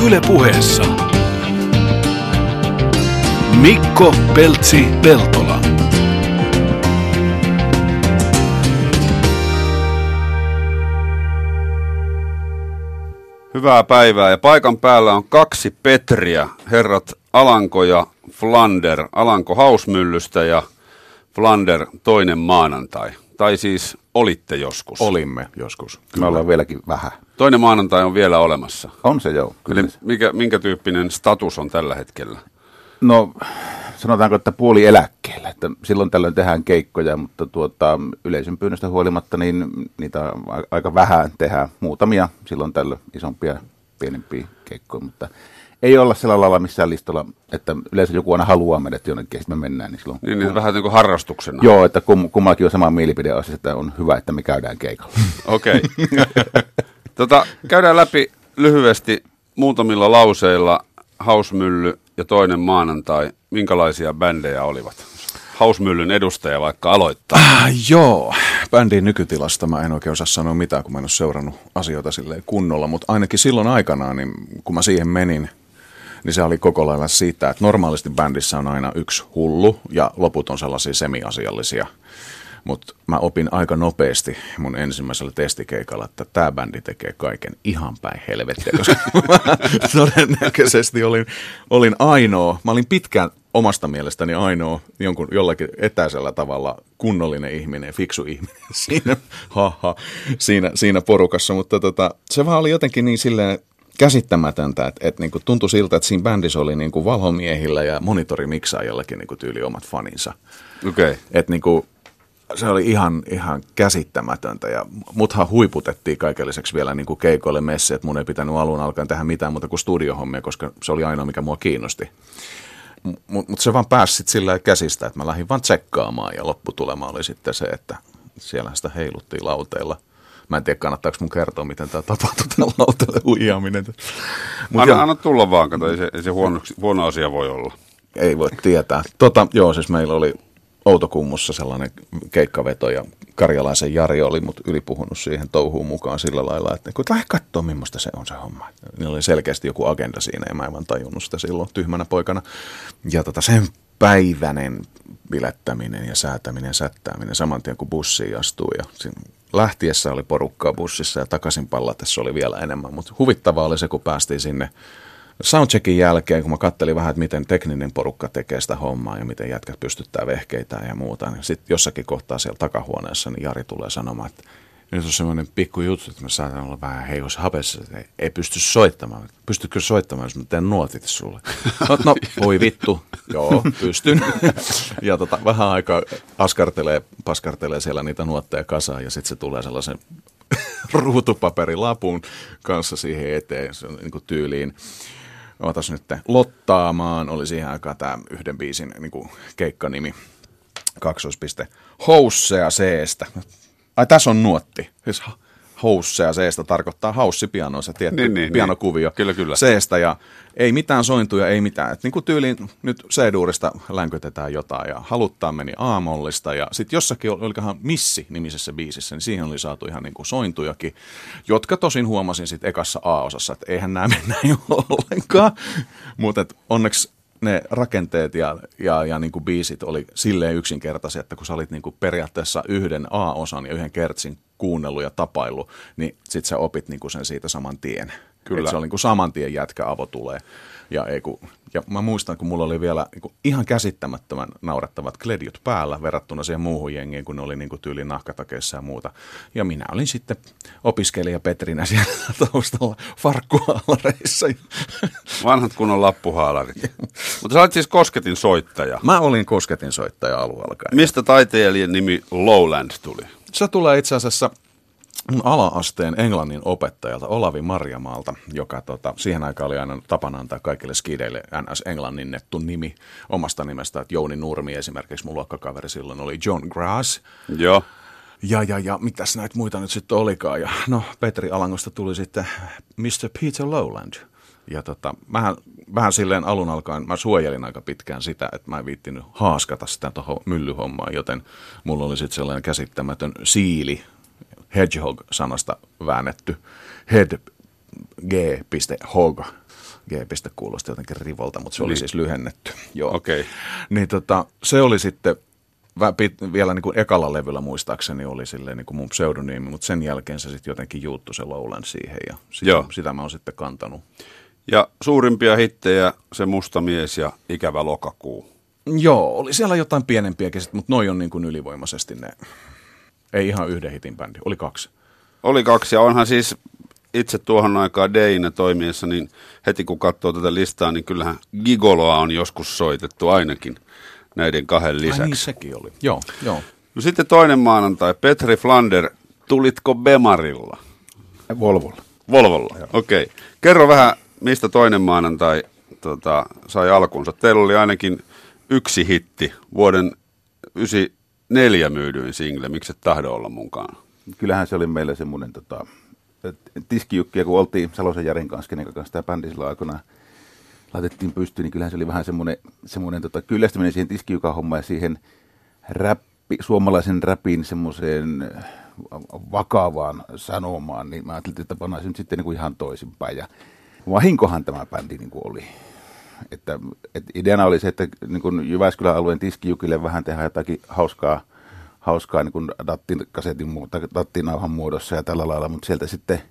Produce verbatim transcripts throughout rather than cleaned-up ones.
Yle Puheessa Mikko Peltsi-Peltola. Hyvää päivää ja paikan päällä on kaksi Petriä, herrat Alanko ja Flander. Alanko Hausmyllystä ja Flander toinen maanantai. Tai siis olitte joskus. Olimme joskus. Me ollaan vieläkin vähän. Toinen maanantai on vielä olemassa. On se joo. Eli mikä, minkä tyyppinen status on tällä hetkellä? No sanotaanko, että puoli eläkkeellä. Että silloin tällöin tehdään keikkoja, mutta tuota, yleisön pyynnöstä huolimatta niin niitä aika vähän tehdään. Muutamia silloin tällöin isompia, pienempiä keikkoja, mutta ei olla sillä lailla missään listalla, että yleensä joku aina haluaa meidät jonnekin, ja sitten me mennään. Niin, silloin, niin, niin vähän niin kuin harrastuksena. Joo, että kum, kummallakin on sama mielipide asia, että on hyvä, että me käydään keikalla. Okei. tota, käydään läpi lyhyesti muutamilla lauseilla Hausmylly ja toinen maanantai. Minkälaisia bändejä olivat? Hausmyllyn edustaja vaikka aloittaa. Ah, joo, bändin nykytilasta mä en oikein osaa sanoa mitään, kun mä en ole seurannut asioita silleen kunnolla, mutta ainakin silloin aikanaan, niin kun mä siihen menin, niin se oli koko lailla siitä, että normaalisti bändissä on aina yksi hullu ja loput on sellaisia semiasiallisia. Mutta mä opin aika nopeasti mun ensimmäisellä testikeikalla, että tämä bändi tekee kaiken ihan päin helvettiä, koska mä todennäköisesti olin, olin ainoa, mä olin pitkään omasta mielestäni ainoa jonkun jollakin etäisellä tavalla kunnollinen ihminen, fiksu ihminen siinä, haha, siinä, siinä porukassa, mutta tota, se vaan oli jotenkin niin silleen käsittämätöntä, että, että niin kuin tuntui siltä, että siinä bändissä oli niin kuin valhomiehillä ja monitorimiksaajillekin niin kuin tyyli omat faninsa. Okei. Okay. Että niin kuin se oli ihan, ihan käsittämätöntä ja muthan huiputettiin kaiken lisäksi vielä niin kuin keikoille messi, että mun ei pitänyt alun alkaen tehdä mitään muuta kuin studiohommia, koska se oli ainoa, mikä mua kiinnosti. Mutta mut se vaan pääsi sitten sillä käsistä, että mä lähdin vaan tsekkaamaan ja lopputulema oli sitten se, että siellä sitä heiluttiin lauteilla. Mä en tiedä, kannattaako mun kertoa, miten tämä tapahtui, tämä lauteille huijaaminen. Anna, anna tulla vaan, kato, ei se, ei se huono, huono asia voi olla. Ei voi tietää. Tota, joo, siis meillä oli Outokummussa sellainen keikkaveto ja Karjalaisen Jari oli mut ylipuhunut siihen touhuun mukaan sillä lailla, että kun lähde katsoa, millaista se on se homma. Niillä oli selkeästi joku agenda siinä ja mä en vaan tajunnut sitä silloin tyhmänä poikana. Ja tota, sen päiväinen bilettäminen ja säätäminen ja sättääminen saman tien kun bussiin astuu ja lähtiessä oli porukkaa bussissa ja takaisin pallatessa oli vielä enemmän, mutta huvittavaa oli se, kun päästiin sinne soundcheckin jälkeen, kun mä kattelin vähän, että miten tekninen porukka tekee sitä hommaa ja miten jätkät pystyttää vehkeitä ja muuta, niin sitten jossakin kohtaa siellä takahuoneessa niin Jari tulee sanomaan, että nyt on semmoinen pikku juttu, että mä saatan olla vähän heikos hapessa, että ei, ei pysty soittamaan. Pystytkö soittamaan, jos mä teen nuotit sulle? No, no voi vittu, joo, pystyn. Ja tota, vähän aikaa askartelee, paskartelee siellä niitä nuotteja kasaan ja sitten se tulee sellaisen ruutupaperilapun kanssa siihen eteen, se on niin kuin tyyliin. Ootas nyt lottaamaan, oli siihen aikaan tämä yhden biisin niin kuin keikkanimi, kaksoispiste, houssea seestä. Ai tässä on nuotti, siis houssea seestä tarkoittaa haussipianoa, se tietty niin, niin, pianokuvio niin. Kyllä, kyllä. Seestä ja ei mitään sointuja, ei mitään. Et niin kuin tyyliin nyt C-duurista länkötetään jotain ja haluttaan meni aamollista ja sitten jossakin olikohan Missi-nimisessä biisissä, niin siihen oli saatu ihan niin kuin sointujakin, jotka tosin huomasin sitten ekassa A-osassa, että eihän nämä mennä jo ollenkaan, mutta onneksi ne rakenteet ja, ja, ja niin kuin biisit oli silleen yksinkertaisia, että kun sä olit niin kuin periaatteessa yhden A-osan ja yhden kertsin kuunnellut ja tapailu, niin sit sä opit niin kuin sen siitä saman tien. Kyllä. Et se oli niin kuin saman tien jätkä avo tulee. Ja, ei kun, ja mä muistan, kun mulla oli vielä niin kuin ihan käsittämättömän naurettavat kledjut päällä verrattuna siihen muuhun jengiin, kun ne oli niin kuin tyyliin nahkatakeissa ja muuta. Ja minä olin sitten opiskelija Petrinä siellä taustalla farkkuhaalareissa. Vanhat kunnon lappuhaalarit. Mutta sä olet siis kosketin soittaja. Mä olin kosketin soittaja alun alkaen. Mistä taiteilijan nimi Lowland tuli? Se tulee itse asiassa mun ala-asteen englannin opettajalta Olavi Marjamaalta, joka tota, siihen aikaan oli aina tapana antaa kaikille skideille N S-englanninnettu nimi omasta nimestä. Että Jouni Nurmi esimerkiksi, mun luokkakaveri silloin oli John Grass. Joo. Ja, ja, ja mitäs näitä muita nyt sitten olikaan. Ja no, Petri Alangosta tuli sitten mister Peter Lowland. Ja tota, mähän vähän silleen alun alkaen, mä suojelin aika pitkään sitä, että mä en viittinyt haaskata sitä tuohon myllyhommaan, joten mulla oli sitten sellainen käsittämätön siili, hedgehog-sanasta väännetty head G.Hog. G. kuulosti jotenkin rivolta, mutta se oli niin. siis lyhennetty. Joo. Okei. Okay. Niin tota, se oli sitten vielä niin kuin ekalla levyllä muistaakseni oli silleen niin kuin mun pseudonyymi, mutta sen jälkeen se sitten jotenkin juuttui se Lowland siihen ja sitä, sitä mä oon sitten kantanut. Ja suurimpia hittejä se Musta mies ja Ikävä lokakuu. Joo, oli siellä jotain pienempiäkin, mutta noi on niin kuin ylivoimaisesti ne. Ei ihan yhden hitin bändi, oli kaksi. Oli kaksi ja onhan siis itse tuohon aikaan D J:nä toimiessa, niin heti kun katsoo tätä listaa, niin kyllähän Gigoloa on joskus soitettu ainakin näiden kahden lisäksi. Ai niin, sekin oli. Joo, joo. No sitten toinen maanantai, Petri Flander, tulitko Bemarilla? Volvolla. Volvolla, okei. Okay. Kerro vähän, mistä toinen maanantai tota, sai alkunsa. Teillä oli ainakin yksi hitti, vuoden yhdeksänkymmentäneljä myydyin single, miksi et tahdo olla mukaan? Kyllähän se oli meillä semmoinen tota, tiskijukki, kun oltiin Salosen Jarin kanssa, kenen kanssa tämä bändi silloin aikana laitettiin pystyyn, niin kyllähän se oli vähän semmoinen, semmoinen tota, kyllästyminen siihen tiskijukan hommaan ja siihen räppi, suomalaisen räpin semmoiseen vakavaan sanomaan, niin mä ajattelin, että pannaan se nyt sitten niin kuin ihan toisinpäin. Ja vahinkohan tämä bändi niin kuin oli. Että, että ideana oli se, että niin kuin Jyväskylän alueen tiskijukille vähän tehdään jotakin hauskaa, hauskaa niin kuin dattin-kasetin tai dattinauhan muodossa ja tällä lailla, mutta sieltä sitten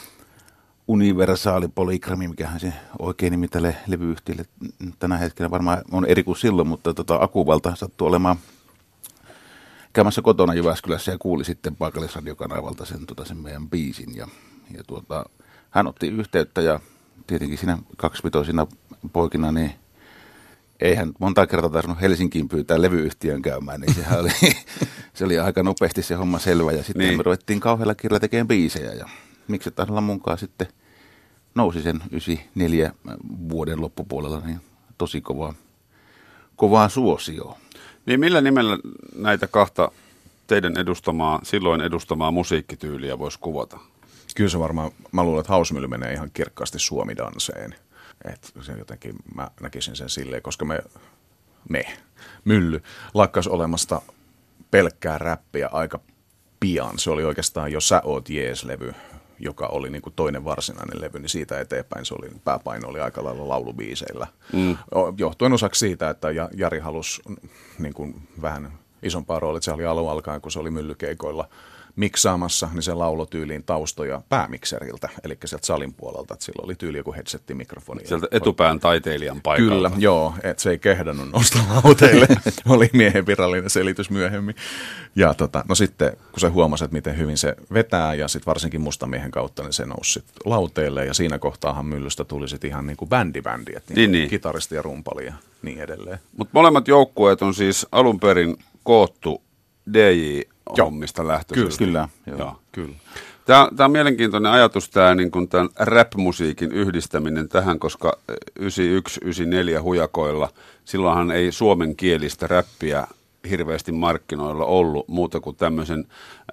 Universaali Polygrami, mikähän se oikein nimi tälle levyyhtiölle tänä hetkenä varmaan on eri kuin silloin, mutta tota, Akuvalta sattui olemaan käymässä kotona Jyväskylässä ja kuuli sitten paikallisradiokanavalta sen, tota, sen meidän biisin. Ja, ja tuota, hän otti yhteyttä ja tietenkin siinä kaksivitoisina poikina, niin ei hän monta kertaa tarvinnut Helsinkiin pyytää levyyhtiön käymään, niin sehän oli, se oli aika nopeasti se homma selvä. Ja sitten niin. me ruvettiin kauhealla kirjalla tekemään biisejä ja miksi tahdella munkaan sitten nousi sen yhdeksänkymmentäneljä vuoden loppupuolella niin tosi kovaa, kovaa suosioon. Niin millä nimellä näitä kahta teidän edustamaa, silloin edustamaa musiikkityyliä voisi kuvata? Kyllä se varmaan, mä luulen, että Hausmylly menee ihan kirkkaasti suomidanseen. Että se jotenkin, mä näkisin sen silleen, koska me, me Mylly, lakkas olemasta pelkkää räppiä aika pian. Se oli oikeastaan jo Sä oot jees-levy, joka oli niin kuin toinen varsinainen levy, niin siitä eteenpäin se oli, pääpaino oli aika lailla laulubiiseillä. Mm. Johtuen osaksi siitä, että Jari halusi niin kuin vähän isompaa roolia, että se oli alun alkaen, kun se oli Myllykeikoilla miksaamassa, niin se laulotyyliin taustoja päämikseriltä, eli sieltä salin puolelta, että sillä oli tyyli joku headsetti-mikrofoni. Sieltä etupään taiteilijan paikalta. Kyllä, joo, että se ei kehdannut nostaa lauteille, oli miehen virallinen selitys myöhemmin. Ja tota, no sitten, kun se huomasi, että miten hyvin se vetää, ja sitten varsinkin Mustamiehen kautta, niin se nousi sitten lauteille, ja siinä kohtaahan Myllystä tuli sitten ihan niin kuin bändi-bändi, että niin, niin. kitaristi ja rumpali ja niin edelleen. Mutta molemmat joukkueet on siis alun perin koottu D J-hommista lähtöisesti. Kyllä, kyllä. Joo. kyllä. Tämä, tämä on mielenkiintoinen ajatus, tämä niin kuin tämän rap-musiikin yhdistäminen tähän, koska yhdeksänkymmentäyksi yhdeksänkymmentäneljä hujakoilla, silloinhan ei suomenkielistä räppiä hirveästi markkinoilla ollut muuta kuin tämmöisen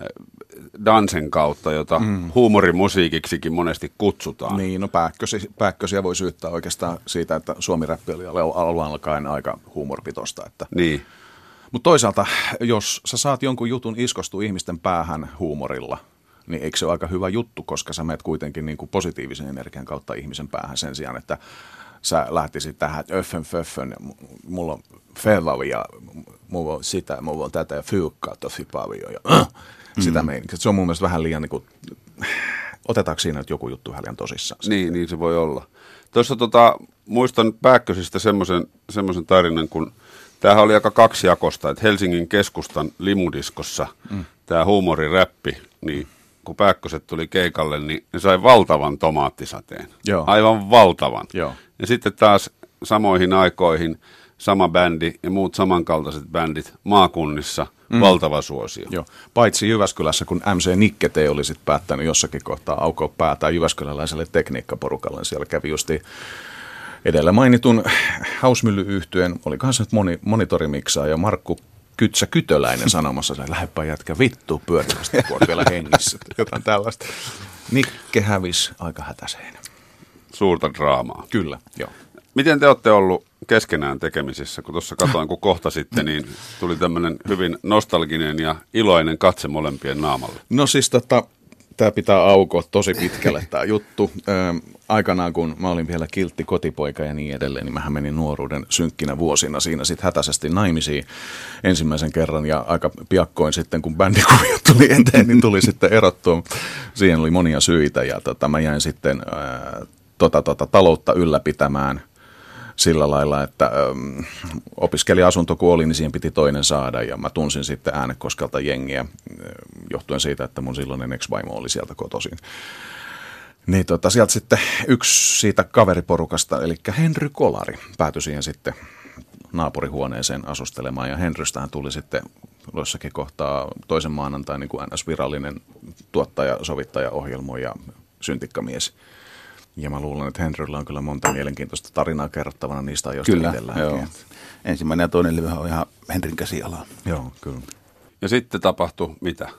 dansen kautta, jota mm. huumorimusiikiksikin monesti kutsutaan. Niin, no pääkkösi, pääkkösiä voi syyttää oikeastaan siitä, että suomi-räppi oli alun alkaen aika huumoripitoista. Että niin. Mutta toisaalta, jos sä saat jonkun jutun iskostua ihmisten päähän huumorilla, niin eikö se ole aika hyvä juttu, koska sä menet kuitenkin niin kuin positiivisen energian kautta ihmisen päähän sen sijaan, että sä lähtisit tähän, että öffön föffön, mulla on fevavi ja mulla on sitä, mulla on tätä ja fyykkaa tosi paljon ja äh, mm. sitä meininkiä. Se on mun mielestä vähän liian, niin kuin, otetaanko siinä nyt joku juttu ihan liian tosissaan? Niin, niin se voi olla. Tuossa tota, muistan Pääkkösistä semmoisen semmoisen tarinan, kun tämähän oli aika kaksijakosta, että Helsingin keskustan limudiskossa mm. tämä huumoriräppi, niin kun Pääkköset tuli keikalle, niin ne sai valtavan tomaattisateen. Joo. Aivan valtavan. Joo. Ja sitten taas samoihin aikoihin sama bändi ja muut samankaltaiset bändit maakunnissa, mm. valtava suosio. Joo. Paitsi Jyväskylässä, kun M C Nikkete oli sitten päättänyt jossakin kohtaa aukoa päätään jyväskyläläiselle tekniikkaporukalle, niin siellä kävi justi edellä mainitun Hausmylly-yhtyeen, olikohan se nyt moni, monitorimiksaaja ja Markku Kytsä Kytöläinen sanomassa, että lähdepä jätkä vittu pyörimästä, kun on vielä hengissä. Jotain tällaista. Nikke hävisi aika hätäiseen. Suurta draamaa. Kyllä, joo. Miten te olette ollut keskenään tekemisissä? Kun tuossa katoin, kun kohta sitten, niin tuli tämmöinen hyvin nostalginen ja iloinen katse molempien naamalle. No siis tota, tämä pitää aukoa tosi pitkälle tämä juttu. Ö, aikanaan, kun mä olin vielä kiltti kotipoika ja niin edelleen, niin mähän menin nuoruuden synkkinä vuosina siinä sitten hätäisesti naimisiin ensimmäisen kerran. Ja aika piakkoin sitten, kun bändikuvia tuli eteen, niin tuli sitten erottua. Siihen oli monia syitä ja tota, mä jäin sitten ää, tota, tota, taloutta ylläpitämään sillä lailla, että äm, opiskelija-asunto kun oli, niin siihen piti toinen saada ja mä tunsin sitten Äänekoskelta jengiä johtuen siitä, että mun silloinen ex-vaimo oli sieltä kotoisin. Niin tota, sieltä sitten yksi siitä kaveriporukasta, eli Henry Kolari, päätyi siihen sitten naapurihuoneeseen asustelemaan ja Henrystähän tuli sitten jossakin kohtaa toisen maanantain niin kuin N S-virallinen tuottaja, sovittaja, ohjelmoija, syntikkamies. Ja mä luulen, että Henryllä on kyllä monta mielenkiintoista tarinaa kerrottavana niistä ajoista itselläänkin. Joo. Ensimmäinen ja toinen levy on ihan Henryn käsialaa. Joo, kyllä. Ja sitten tapahtui mitä?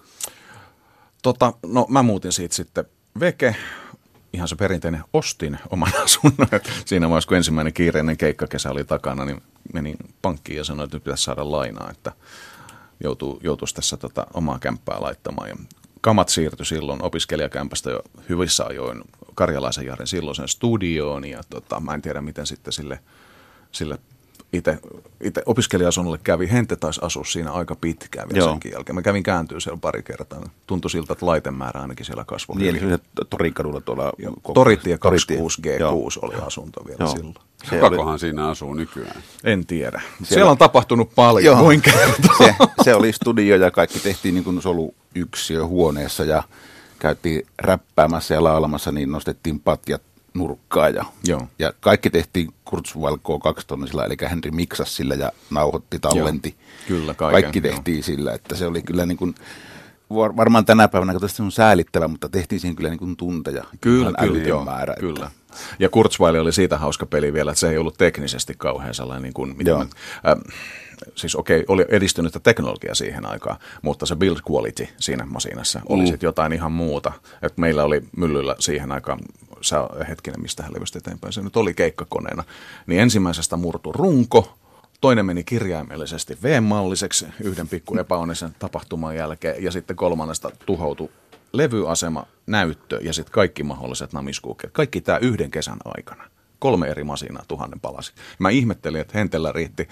Tota, no mä muutin siitä sitten veke. Ihan se perinteinen ostin oman asunnon. Siinä vaiheessa, kun ensimmäinen kiireinen keikkakesä oli takana, niin menin pankkiin ja sanoin, että nyt pitäisi saada lainaa, että joutuu, joutuisi tässä tota omaa kämppää laittamaan. Ja kamat siirtyi silloin opiskelijakämpästä jo hyvissä ajoin Karjalaisen Jarin silloisen studioon. Ja tota, mä en tiedä, miten sitten sille, sille itse opiskelija-asunnolle kävi. Hente taisi asua siinä aika pitkään vielä senkin jälkeen. Mä kävin kääntyä siellä pari kertaa. Tuntui siltä, että laitemäärä ainakin siellä kasvoi. Niin, eli se Torikadulla tuolla. Toritie kaksikymmentäkuusi G kuusi oli asunto vielä Joo. silloin. Kukakohan siinä asuu nykyään? En tiedä. Siellä, siellä on tapahtunut paljon. Joo. Voin kertoa. Se, se oli studio ja kaikki tehtiin niin kuin soluyksiö huoneessa ja käytiin räppäämässä ja laulamassa, niin nostettiin patjat nurkkaa ja, ja kaikki tehtiin Kurzweil K kaksi-tonnisilla, eli Henry miksasi sillä ja nauhoitti, tallenti. Kyllä, kaiken, kaikki tehtiin jo. Sillä, että se oli kyllä niin kuin, varmaan tänä päivänä, kun se on säälittävä, mutta tehtiin siihen kyllä niin kuin tunteja. Kyllä, kyllä, joo, määrä, kyllä. Että. Ja Kurzweil oli siitä hauska peli vielä, että se ei ollut teknisesti kauhean sellainen, niin kuin, miten mä, äh, siis okei, okay, oli edistynyttä teknologiaa siihen aikaan, mutta se build quality siinä masiinassa oli mm. sitten jotain ihan muuta. Et meillä oli myllyllä siihen aikaan, sä, hetkinen, mistä hän levysti eteenpäin, se nyt oli keikkakoneena, niin ensimmäisestä murtui runko, toinen meni kirjaimellisesti V-malliseksi yhden pikku epäonnisen tapahtuman jälkeen, ja sitten kolmannesta tuhoutui levyasema, näyttö ja sitten kaikki mahdolliset namiskuukkeet. Kaikki tämä yhden kesän aikana. Kolme eri masinaa tuhannen palasi. Mä ihmettelin, että Hentellä riitti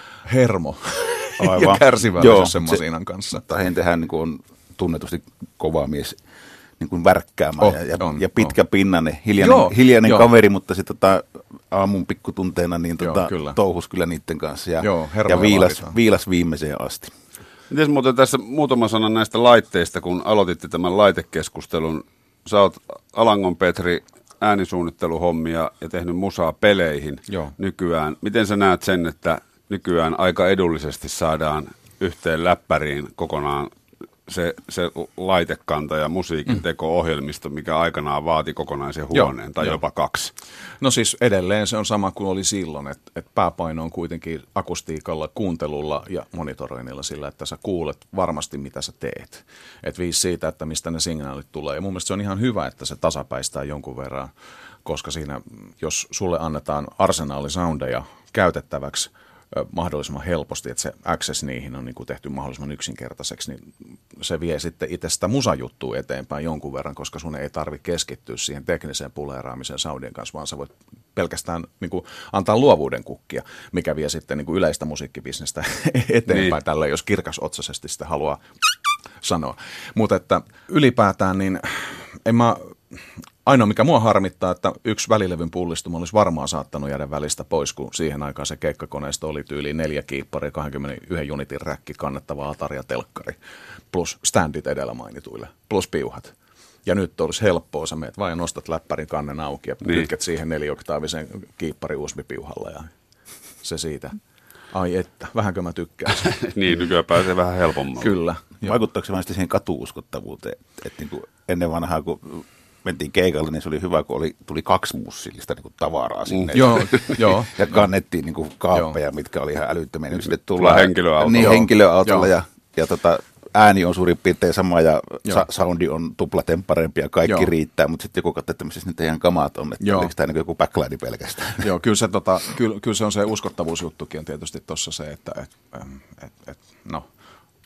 hermo Aivan. ja kärsivällisyys sen masinan kanssa. Mutta Hentehän niin on tunnetusti kova mies niin kuin värkkäämään oh, ja, ja, on, ja pitkä oh. pinnanen, hiljainen, joo, hiljainen joo. kaveri, mutta sitten tota, aamun pikkutunteena niin tota, joo, kyllä. touhus kyllä niiden kanssa ja, joo, ja viilas, viilas viimeiseen asti. Miten muuten tässä muutama sana näistä laitteista, kun aloititte tämän laitekeskustelun. Sä oot Alangon Petri äänisuunnitteluhommia ja tehnyt musaa peleihin Joo. nykyään. Miten sä näet sen, että nykyään aika edullisesti saadaan yhteen läppäriin kokonaan se, se laitekanta ja musiikin teko-ohjelmisto, mikä aikanaan vaati kokonaisen huoneen Joo, tai jo. jopa kaksi? No siis edelleen se on sama kuin oli silloin, että, että pääpaino on kuitenkin akustiikalla, kuuntelulla ja monitoroinnilla sillä, että sä kuulet varmasti mitä sä teet. Et viisi siitä, että mistä ne signaalit tulee. Ja mun mielestä se on ihan hyvä, että se tasapäistää jonkun verran, koska siinä, jos sulle annetaan arsenaalisoundeja käytettäväksi, mahdollisimman helposti, että se access niihin on niin kuin tehty mahdollisimman yksinkertaiseksi, niin se vie sitten itse sitä musajuttua eteenpäin jonkun verran, koska sun ei tarvitse keskittyä siihen tekniseen puleeraamiseen soundien kanssa, vaan sä voit pelkästään niin kuin antaa luovuuden kukkia, mikä vie sitten niin kuin yleistä musiikkibisnestä eteenpäin niin. Tällä, jos kirkasotsaisesti sitä haluaa sanoa. Mutta että ylipäätään, niin en mä... Ainoa, mikä mua harmittaa, että yksi välilevyn pullistuma olisi varmaan saattanut jäädä välistä pois, kun siihen aikaan se keikkakoneisto oli tyyliin neljä kiipparia, kaksikymmentäyksi unitin räkki, kannettava atari ja telkkari, plus standit edellä mainituille, plus piuhat. Ja nyt olisi helppoa, sä meet vaan ja nostat läppärin kannen auki ja niin. Kytkät siihen nelioktaavisen kiippari U S B-piuhalla ja se siitä. Ai että, vähänkö mä tykkään. Niin, nykyään pääsee vähän helpommalla. Kyllä. Vaikuttaako se vain siihen katuuskottavuuteen, että niin kuin ennen vanhaa, kun mentiin keikalle, niin se oli hyvä, kun oli, tuli kaksi bussillista niin kuin tavaraa sinne. Mm. Joo, joo. Ja kannettiin niin kuin kaappeja, mitkä oli ihan älyttömiä. Nyt sitten tullaan henkilöautolla. Niin, henkilöautolla ja, ja tota, ääni on suurin piirtein sama ja sa- soundi on tuplaten parempi ja kaikki joo. riittää, mutta sitten joku katsoo, että missä nyt teidän kamat on, että oliko tämä niin joku backlini pelkästään. Joo, kyllä se, tota, kyllä, kyllä se on se uskottavuusjuttukin on tietysti tuossa se, että et, et, et, no,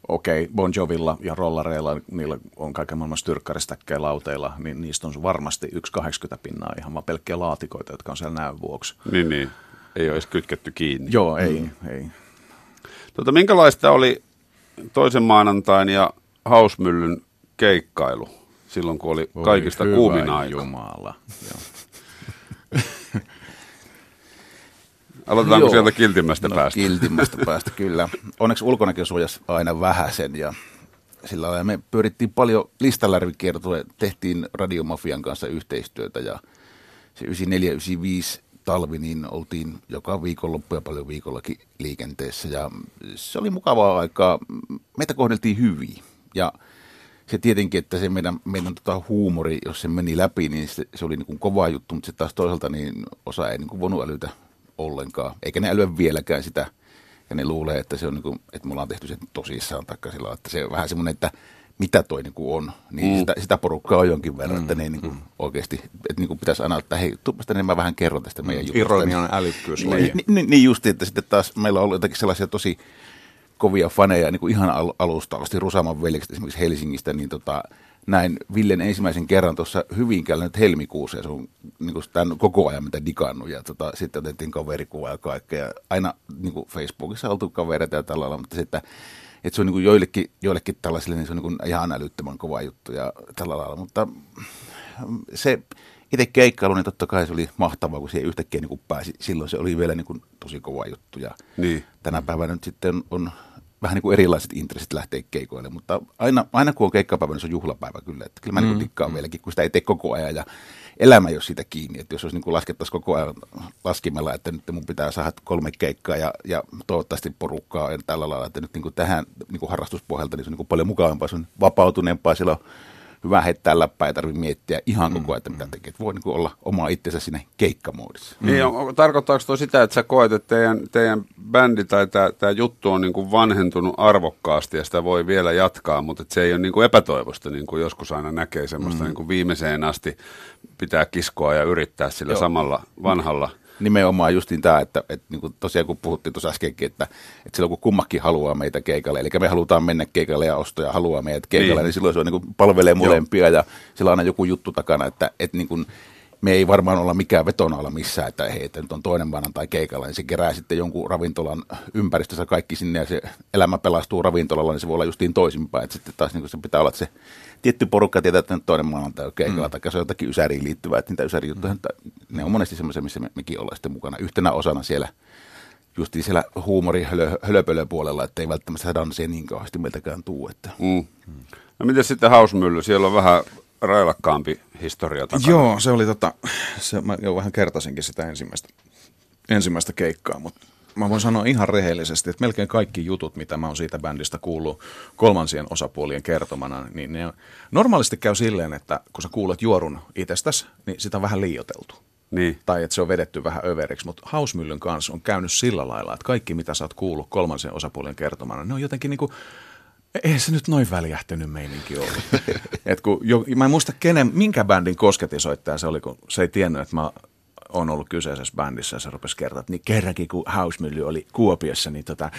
okei, okay, Bon Jovilla ja rollareilla, niillä on kaiken maailman styrkkaristäkkejä lauteilla, niin niistä on varmasti yksi kahdeksankymmentä pinnaa ihan vaan pelkkiä laatikoita, jotka on siellä näön vuoksi. Niin, niin. Ei ole edes kytketty kiinni. Joo, ei, mm. ei. Tota, minkälaista oli toisen maanantain ja Hausmyllyn keikkailu silloin, kun oli kaikista Oi, kuumin aika? Jumala. Joo. Aloitetaanko Joo. sieltä kiltimmästä no, päästä? Kiltimmästä päästä, kyllä. Onneksi ulkonakin suojasi aina vähäsen ja sillä lailla me pyörittiin paljon Listallärvikiertoja, tehtiin Radiomafian kanssa yhteistyötä ja se yhdeksänkymmentäneljä yhdeksänkymmentäviisi talvi, niin oltiin joka viikonloppu ja paljon viikollakin liikenteessä ja se oli mukavaa aikaa. Meitä kohdeltiin hyvin ja se tietenkin, että se meidän, meidän tota huumori, jos se meni läpi, niin se, se oli niin kuin kova juttu, mutta se taas toisaalta niin osa ei niin kuin voinut älytä ollenkaan, eikä ne älyä vieläkään sitä, ja ne luulee, että se on niin kuin, että me ollaan tehty sen tosissaan taikka sillä, että se on vähän semmoinen, että mitä toi niin kuin on, niin mm. sitä, sitä porukkaa on jonkin verran, mm. että ne ei niin kuin oikeasti, että niin kuin pitäisi aina, että hei, tuupasta niin mä vähän kerron tästä meidän jutusta. Ironia on älykkyyslaji. Niin, niin, niin justi, että sitten taas meillä on ollut jotakin sellaisia tosi kovia faneja, niin kuin ihan al- alusta asti, Rusaman veljekset esimerkiksi Helsingistä, niin tota, näin Villen ensimmäisen kerran tuossa Hyvinkäällä nyt helmikuussa, ja se on niin kuin tämän koko ajan mitä digannut, ja tota, sitten otettiin kaverikuvaa ja kaikkea, ja aina niin kuin Facebookissa oltu kavereita ja tällä lailla, mutta se, että, että se on niin kuin joillekin, joillekin tällaisille, niin se on niin kuin ihan älyttömän kova juttu, ja tällä lailla, mutta se itse keikkailu, niin totta kai se oli mahtavaa, kun siihen yhtäkkiä niin kuin pääsi, silloin se oli vielä niin kuin tosi kova juttu, ja niin. Tänä päivänä nyt sitten on vähän niin kuin erilaiset intressit lähtee keikoille, mutta aina, aina kun on keikkapäivä, niin se on juhlapäivä kyllä. Että kyllä mä mm. niin dikkaan vieläkin, kun sitä ei tee koko ajan ja elämä ei ole siitä kiinni. Että jos olisi niin kuin laskettaisiin koko ajan laskimella, että nyt mun pitää saada kolme keikkaa ja, ja toivottavasti porukkaa ja tällä lailla, että nyt niin kuin tähän niin kuin harrastuspohjalta niin se on niin kuin paljon mukavampaa, se on vapautuneempaa, siellä on hyvä heittää läppää, ei tarvitse miettiä ihan koko ajan, että mitä tekee. Että voi niin kuin olla oma itsensä siinä keikkamoodissa. Mm. Niin, on, tarkoittaako tuo sitä, että sä koet, että teidän, teidän bändi tai tämä juttu on niin kuin vanhentunut arvokkaasti ja sitä voi vielä jatkaa, mutta että se ei ole niin kuin epätoivosta, niin kuin joskus aina näkee semmoista mm. niin kuin viimeiseen asti pitää kiskoa ja yrittää sillä Joo. samalla vanhalla. Nimenomaan justiin tämä, että, että niin kuin tosiaan kun puhuttiin tuossa äskenkin, että, että silloin kun kummakin haluaa meitä keikalle, eli me halutaan mennä keikalle ja ostoja haluaa meidät keikalle, niin, niin silloin se on, niin kuin palvelee molempia Joo. ja sillä on aina joku juttu takana, että, että niin kuin, me ei varmaan olla mikään vetonala missään, että hei, että nyt on toinen maanantai keikalla, niin se kerää sitten jonkun ravintolan ympäristössä kaikki sinne ja se elämä pelastuu ravintolalla, niin se voi olla justiin toisinpäin, että sitten taas niin kuin se pitää olla, että se tietty porukka tietää, että nyt toinen maanantai on keikalla, mm. tai se on jotakin ysäriin liittyvää, että niitä ysärijuttuja, mm. ne on monesti semmoisia, missä me, mekin ollaan sitten mukana yhtenä osana siellä, justiin siellä huumori hölöpölö puolella, että ei välttämättä sitä danssia niin kauheasti meiltäkään tuu. Että. Mm. No miten sitten Hausmylly, siellä on vähän railakkaampi historia takana. Joo, se oli tota, se, mä jo vähän kertasinkin sitä ensimmäistä, ensimmäistä keikkaa, mutta mä voin sanoa ihan rehellisesti, että melkein kaikki jutut, mitä mä oon siitä bändistä kuullut kolmansien osapuolien kertomana, niin ne normaalisti käy silleen, että kun sä kuulet juorun itsestäsi, niin sitä on vähän liioiteltu. Niin. Tai että se on vedetty vähän överiksi, mutta Hausmyllyn kanssa on käynyt sillä lailla, että kaikki mitä sä oot kuullut kolmansien osapuolien kertomana, ne on jotenkin niinku, eihän se nyt noin väljähtynyt meininki ollut. Et kun jo, mä en muista kenen, minkä bändin kosketisoittaja se oli, kun se ei tiennyt, että mä oon ollut kyseisessä bändissä ja se rupesi kertoa, että niin kerrankin kun Hausmylly oli Kuopiossa, niin, tota,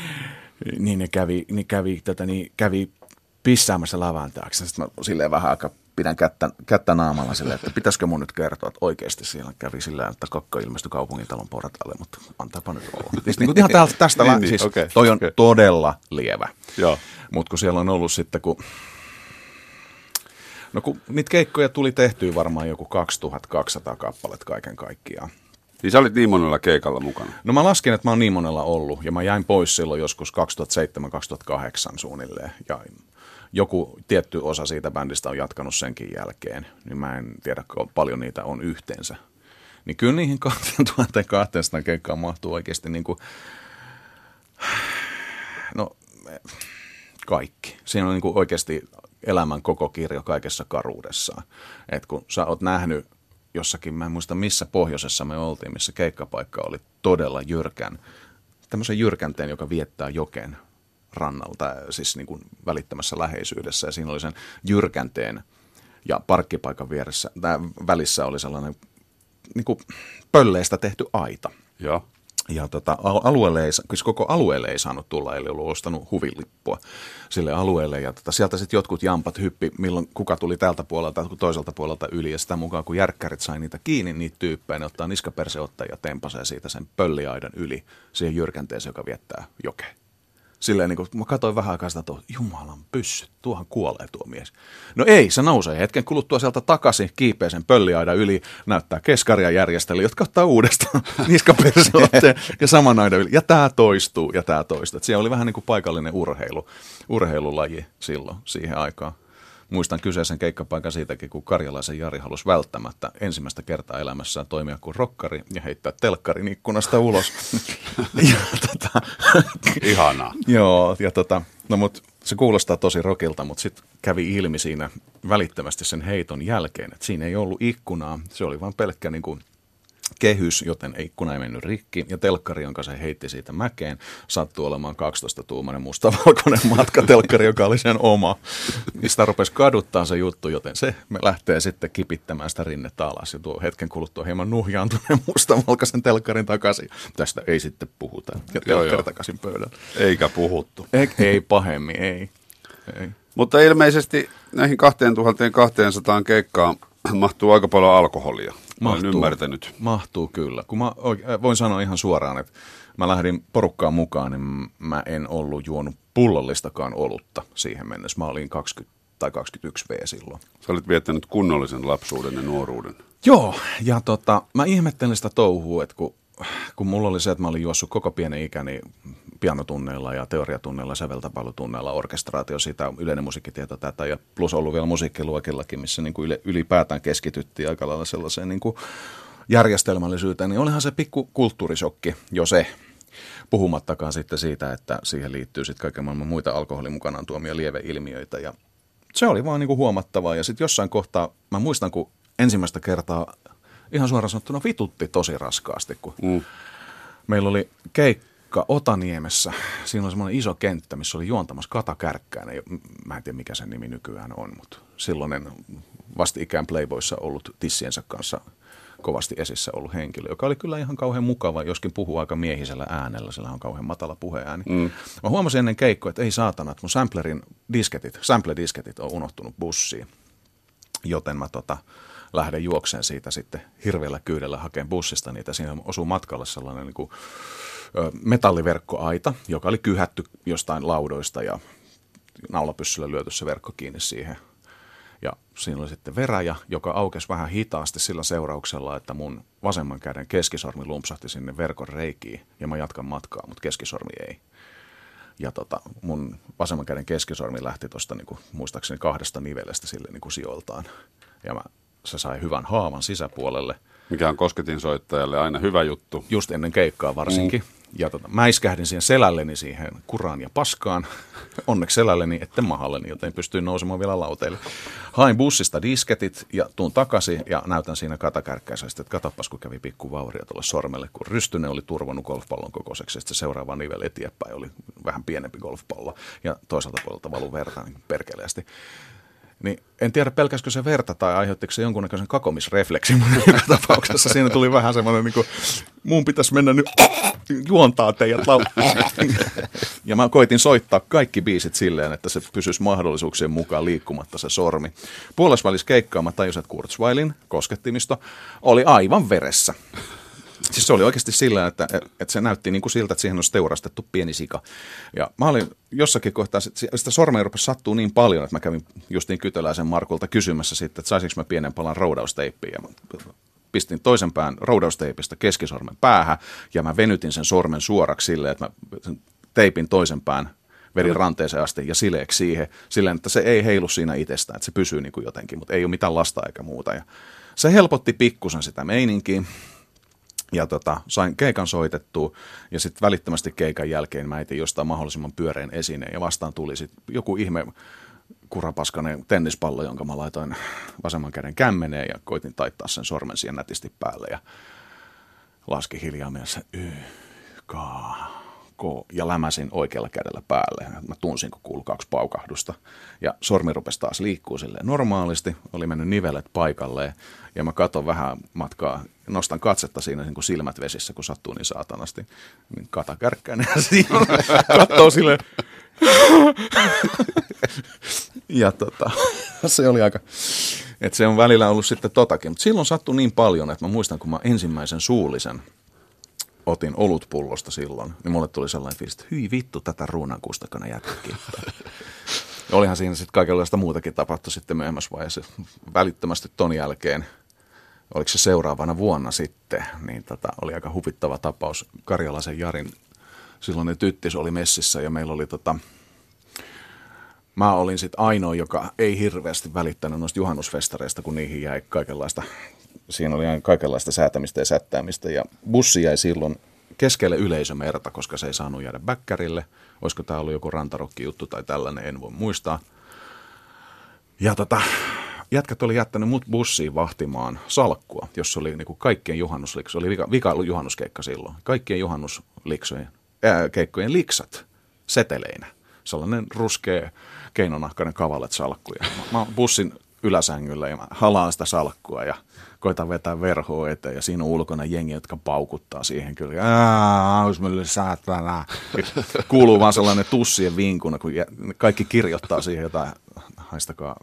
niin ne kävi, niin kävi, tota, niin kävi pissäämässä lavan taakse. Sitten mä silleen vähän aika pidän kättä, kättä naamalla silleen, että pitäisikö mun nyt kertoa, että oikeasti siellä kävi sillä, että kakka ilmestyi kaupungintalon portaalle, mutta antaapa nyt olla. Siis niin kuin ihan täältä, tästä, niin, siis okay, toi on okay. todella lievä. Mutta kun siellä on ollut sitten, kun, no kun niitä keikkoja tuli tehtyä varmaan joku kaksituhattakaksisataa kappaletta kaiken kaikkiaan. Niin sä olit niin monella keikalla mukana? No mä laskin, että mä oon niin monella ollut ja mä jäin pois silloin joskus kaksituhattaseitsemän kaksituhattakahdeksan suunnilleen ja joku tietty osa siitä bändistä on jatkanut senkin jälkeen, niin mä en tiedä paljon niitä on yhteensä. Niin kyllä niihin kaksituhattakaksisataa keikkaan mahtuu oikeasti niin kuin, no kaikki. Siinä on niin kuin oikeasti elämän koko kirjo kaikessa karuudessaan. Että kun sä oot nähnyt jossakin, mä en muista missä pohjoisessa me oltiin, missä keikkapaikka oli todella jyrkän, tämmöisen jyrkänteen, joka viettää joken rannalta, siis niin kuin välittömässä läheisyydessä, ja siinä oli sen jyrkänteen ja parkkipaikan vieressä, tämä välissä oli sellainen niin kuin pölleistä tehty aita. Joo. Ja tota, alueelle ei, siis koko alueelle ei saanut tulla, eli ollut ostanut huvilippua sille alueelle. Ja tota, sieltä sitten jotkut jampat hyppi, milloin kuka tuli tältä puolelta ja toiselta puolelta yli. Ja sitä mukaan, kun järkkärit sai niitä kiinni, niitä tyyppejä, ne ottaa niskaperseotteen ja tempasee siitä sen pölliaidan yli siihen jyrkänteeseen, joka viettää jokeen. Silleen niin kuin, mä katsoin vähän aikaa sitä, että jumalan pyssyt, tuohan kuolee tuo mies. No ei, se nousee hetken kuluttua sieltä takaisin, kiipeä sen pölliaidan yli, näyttää keskaria järjestelyä, jotka ottaa uudestaan niskaperseotteen ja saman aidan yli. Ja tämä toistuu ja tämä toistuu. Et siellä oli vähän niin kuin paikallinen urheilu, urheilulaji silloin siihen aikaan. Muistan kyseisen keikkapaikan siitäkin, kun Karjalaisen Jari halusi välttämättä ensimmäistä kertaa elämässään toimia kuin rokkari ja heittää telkkarin ikkunasta ulos. ja, tota, Ihanaa. Joo, ja tota, no mut se kuulostaa tosi rokilta, mutta sitten kävi ilmi siinä välittömästi sen heiton jälkeen, että siinä ei ollut ikkunaa, se oli vain pelkkä niin kuin kehys, joten ikkuna ei mennyt rikki, ja telkkari, jonka se heitti siitä mäkeen, sattui olemaan kaksitoista-tuumainen mustavalkoinen matkatelkkari, joka oli sen oma. Sitä rupesi kaduttaa se juttu, joten se me lähtee sitten kipittämään sitä rinnettä alas, ja tuo hetken kuluttua hieman nuhjaantuneen mustavalkoisen telkkarin takaisin. Tästä ei sitten puhuta, ja telkkari takaisin pöydän. Eikä puhuttu. Ei, ei pahemmin, ei. ei. Mutta ilmeisesti näihin kaksituhattakaksisataa keikkaan mahtuu aika paljon alkoholia. Mahtuu, olen ymmärtänyt. Mahtuu kyllä. Kun mä voin sanoa ihan suoraan, että mä lähdin porukkaan mukaan, niin mä en ollut juonut pullollistakaan olutta siihen mennessä. Mä olin kaksikymmentä tai kaksikymmentäyksi vuotta silloin. Sä olit viettänyt kunnollisen lapsuuden ja nuoruuden. Joo, ja tota, mä ihmettelin sitä touhua, että kun, kun mulla oli se, että mä olin juossut koko pienen ikäni pianotunneilla ja teoriatunneilla, säveltapailutunneilla, orkestraatio, sitä yleinen musiikkitieto tätä, ja plus ollut vielä musiikkiluokillakin, missä niin kuin ylipäätään keskityttiin aika lailla sellaiseen niin kuin järjestelmällisyyteen, niin olihan se pikku kulttuurisokki jo se, puhumattakaan sitten siitä, että siihen liittyy sitten kaiken maailman muita alkoholin mukanaan tuomia lieveilmiöitä, ja se oli vaan niin kuin huomattavaa, ja sitten jossain kohtaa, mä muistan, kun ensimmäistä kertaa ihan suoraan sanottuna vitutti tosi raskaasti, kun mm. meillä oli keikka Otaniemessä. Siinä oli semmoinen iso kenttä, missä oli juontamassa Kata Kärkkäinen. Mä en tiedä, mikä sen nimi nykyään on, mutta silloinen vastikään Playboyssa ollut tissiensä kanssa kovasti esissä ollut henkilö, joka oli kyllä ihan kauhean mukava, joskin puhuu aika miehisellä äänellä, sillä on kauhean matala puheääni. Mm. Mä huomasin ennen keikkoa, että ei saatana, että mun samplerin disketit, sample-disketit on unohtunut bussiin, joten mä tota, lähden juokseen siitä sitten hirveällä kyydellä hakemaan bussista niitä. Siinä osuu matkalle sellainen niin kuin metalliverkkoaita, joka oli kyhätty jostain laudoista ja naulapyssyllä lyöty se verkko kiinni siihen. Ja siinä oli sitten veräjä, joka aukesi vähän hitaasti sillä seurauksella, että mun vasemman käden keskisormi lumpsahti sinne verkon reikiin ja mä jatkan matkaa, mutta keskisormi ei. Ja tota, mun vasemman käden keskisormi lähti tuosta niin kuin, muistaakseni kahdesta nivelestä sille niin kuin sijoiltaan. Ja mä, se sai hyvän haavan sisäpuolelle. Mikä on kosketinsoittajalle aina hyvä juttu. Just ennen keikkaa varsinkin. Mm. Ja tota, mä iskähdin siihen selälleni siihen kuraan ja paskaan. Onneksi selälleni, etten mahalleni, joten pystyin nousemaan vielä lauteille. Hain bussista disketit ja tuun takaisin ja näytän siinä katakärkkäisesti, että katoppas kun kävi pikku vaurio tuolle sormelle, kun rystynen oli turvonnut golfpallon kokoiseksi. Sitten se seuraava nivel eteenpäin oli vähän pienempi golfpallo ja toiselta puolelta valu verta niin perkeleesti. Niin en tiedä, pelkäskö se verta tai aiheuttiko se jonkunnäköisen kakomisrefleksin, mutta joka tapauksessa siinä tuli vähän semmoinen, niin kuin, mun pitäisi mennä nyt juontaa teidät lau- Ja mä koitin soittaa kaikki biisit silleen, että se pysyisi mahdollisuuksien mukaan liikkumatta se sormi. Puolesvälis keikkaa mä tajusin, että Kurzweilin koskettimista oli aivan veressä. Siis se oli oikeasti sillä, että, että se näytti niin kuin siltä, että siihen olisi teurastettu pieni sika. Ja mä olin jossakin kohtaa, sitä sormea rupesi sattuu niin paljon, että mä kävin justiin Kytöläisen Markulta kysymässä sitten, että saisinko mä pienen palan roudausteippiä. Ja mä pistin toisen pään roudausteipistä keskisormen päähän ja mä venytin sen sormen suoraksi silleen, että mä sen teipin toisen pään verin ranteeseen asti ja sileeksi siihen, silleen, että se ei heilu siinä itsestään, että se pysyy niin kuin jotenkin, mutta ei ole mitään lasta eikä muuta. Ja se helpotti pikkusen sitä meininkiä. Ja tota, sain keikan soitettua ja sitten välittömästi keikan jälkeen mä etin jostain mahdollisimman pyöreän esineen ja vastaan tuli sitten joku ihme kurapaskainen tennispallo, jonka mä laitoin vasemman käden kämmeneen ja koitin taittaa sen sormen siihen nätisti päälle ja laski hiljaa mielessä y, ka, K, ja lämäsin oikealla kädellä päälle. Mä tunsin, kun kuului kaksi paukahdusta. Ja sormi rupesi taas liikkuu silleen normaalisti, oli mennyt nivelet paikalleen, ja mä katon vähän matkaa, nostan katsetta siinä niin kuin silmät vesissä, kun sattuu niin saatanasti. Niin Kata Kärkkäinen siinä katsoo silleen. Ja tota, se oli aika, että se on välillä ollut sitten totakin. Mutta silloin sattui niin paljon, että mä muistan, kun mä ensimmäisen suullisen otin olutpullosta silloin, niin mulle tuli sellainen fiilis, että hyi vittu, tätä ruunankustakana jätkäkin. Olihan siinä sitten kaikenlaista muutakin tapahtui sitten myöhemmässä vaiheessa. Välittömästi ton jälkeen, oliko se seuraavana vuonna sitten, niin tota, oli aika huvittava tapaus. Karjalaisen Jarin silloinen tyttis oli messissä ja meillä oli tota, mä olin sitten ainoa, joka ei hirveästi välittänyt noista juhannusfestareista, kun niihin jäi kaikenlaista, siinä oli kaikenlaista säätämistä ja sättäämistä. Ja bussi jäi silloin keskelle yleisömerta, koska se ei saanut jäädä bäkkärille. Olisiko tämä ollut joku rantarokki-juttu tai tällainen, en voi muistaa. Ja tota, jätkät oli jättänyt mut bussiin vahtimaan salkkua, jossa oli niinku kaikkien juhannusliksojen, oli vika, vika juhannuskeikka silloin, kaikkien juhannusliksojen, ää, keikkojen liksat seteleinä. Sellainen ruskea, keinonahkainen kavalet salkku. Ja mä oon bussin yläsängyllä ja mä halaan sitä salkkua ja koitan vetää verhoa eteen. Ja siinä on ulkona jengi, jotka paukuttaa siihen kyllä. Hausmylly saatana. Kuuluu vaan sellainen tussien vinkuna, kun kaikki kirjoittaa siihen jotain, haistakaa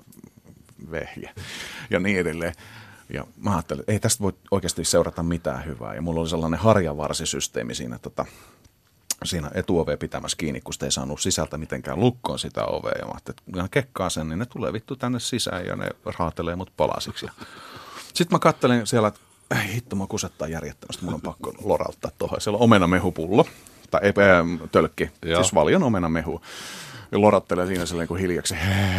vehje ja niin edelleen. Ja mä ajattelin, että ei tästä voi oikeasti seurata mitään hyvää. Ja mulla oli sellainen harjavarsisysteemi siinä tota, siinä etuovea pitämässä kiinni, kun sitä ei saanut sisältä mitenkään lukkoon sitä ovea. Ja mä ajattelin, että kun ne kekkaa sen, niin ne tulee vittu tänne sisään ja ne raatelee mut palasiksi. Sitten mä kattelin siellä, että ei hitto, mä kusettaa järjettävästi, mun on pakko lorauttaa tuohon. Siellä on omenamehupullo, tai ei, tölkki, Joo. siis valjon omenamehu. Ja lorattelee siinä silleen kuin hiljaksi.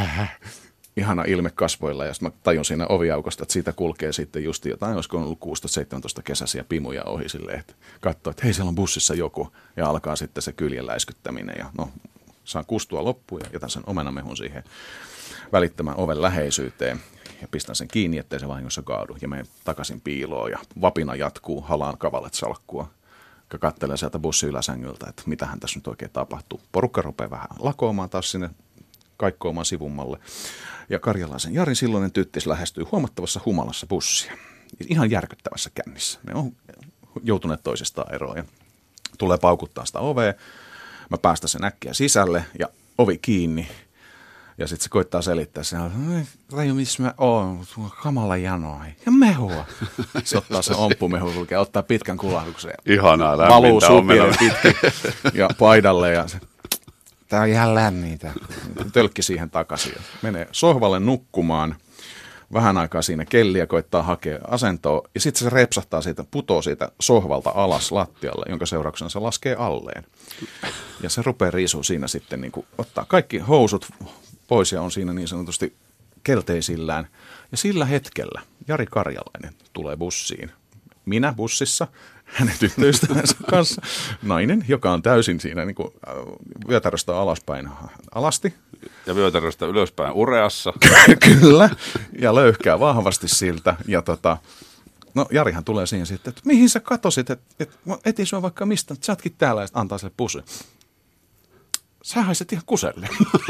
Ihana ilme kasvoilla, ja sitten mä tajun siinä oviaukosta, että siitä kulkee sitten just jotain, olisiko ollut kuusitoista seitsemäntoista kesäisiä pimuja ohi silleen, että katsoo, että hei, siellä on bussissa joku, ja alkaa sitten se kyljen läiskyttäminen, ja no, saan kustua loppuun, ja jätän sen omenamehun siihen välittömän oven läheisyyteen, ja pistän sen kiinni, ettei se vahingossa kaadu, ja menen takaisin piiloon, ja vapina jatkuu, halaan kavalet salkkua, ja katselee sieltä bussin yläsängyltä, että mitähän tässä nyt oikein tapahtuu. Porukka rupeaa vähän lakoamaan taas sinne kaikkoamaan sivummalle. Ja Karjalaisen Jarin silloinen tyttis lähestyy huomattavassa humalassa bussia. Ihan järkyttävässä kännissä. Ne on joutuneet toisistaan eroon ja tulee paukuttaa sitä ovea. Mä päästän sen äkkiä sisälle ja ovi kiinni. Ja sitten se koittaa selittää sen, että Raju, missä mä oon? Sulla on kamala janoa. Ja mehua. Se ottaa sen omppumehu ja ottaa pitkän kulahduksen. Ihanaa lämmintä valuu supien pitkin ja paidalle ja se, tää on ihan lämmintä. Tölkki siihen takaisin. Menee sohvalle nukkumaan. Vähän aikaa siinä kelliä koittaa hakea asentoa. Ja sitten se repsahtaa siitä, putoo siitä sohvalta alas lattialle, jonka seurauksena se laskee alleen. Ja se rupeaa riisua siinä sitten, niin kuin ottaa kaikki housut pois ja on siinä niin sanotusti kelteisillään. Ja sillä hetkellä Jari Karjalainen tulee bussiin. Minä bussissa, hänen tyttöystävänsä kanssa, nainen, joka on täysin siinä niin kuin vyötäröstä alaspäin alasti. Ja vyötäröstä ylöspäin ureassa. Kyllä, ja löyhkää vahvasti siltä. Ja tota, no Jarihan tulee siihen sitten, että mihin sä katosit, että et, etin sua vaikka mistä, että sä ootkin täällä ja antaa sille pussin. Sä haiset ihan kuselle.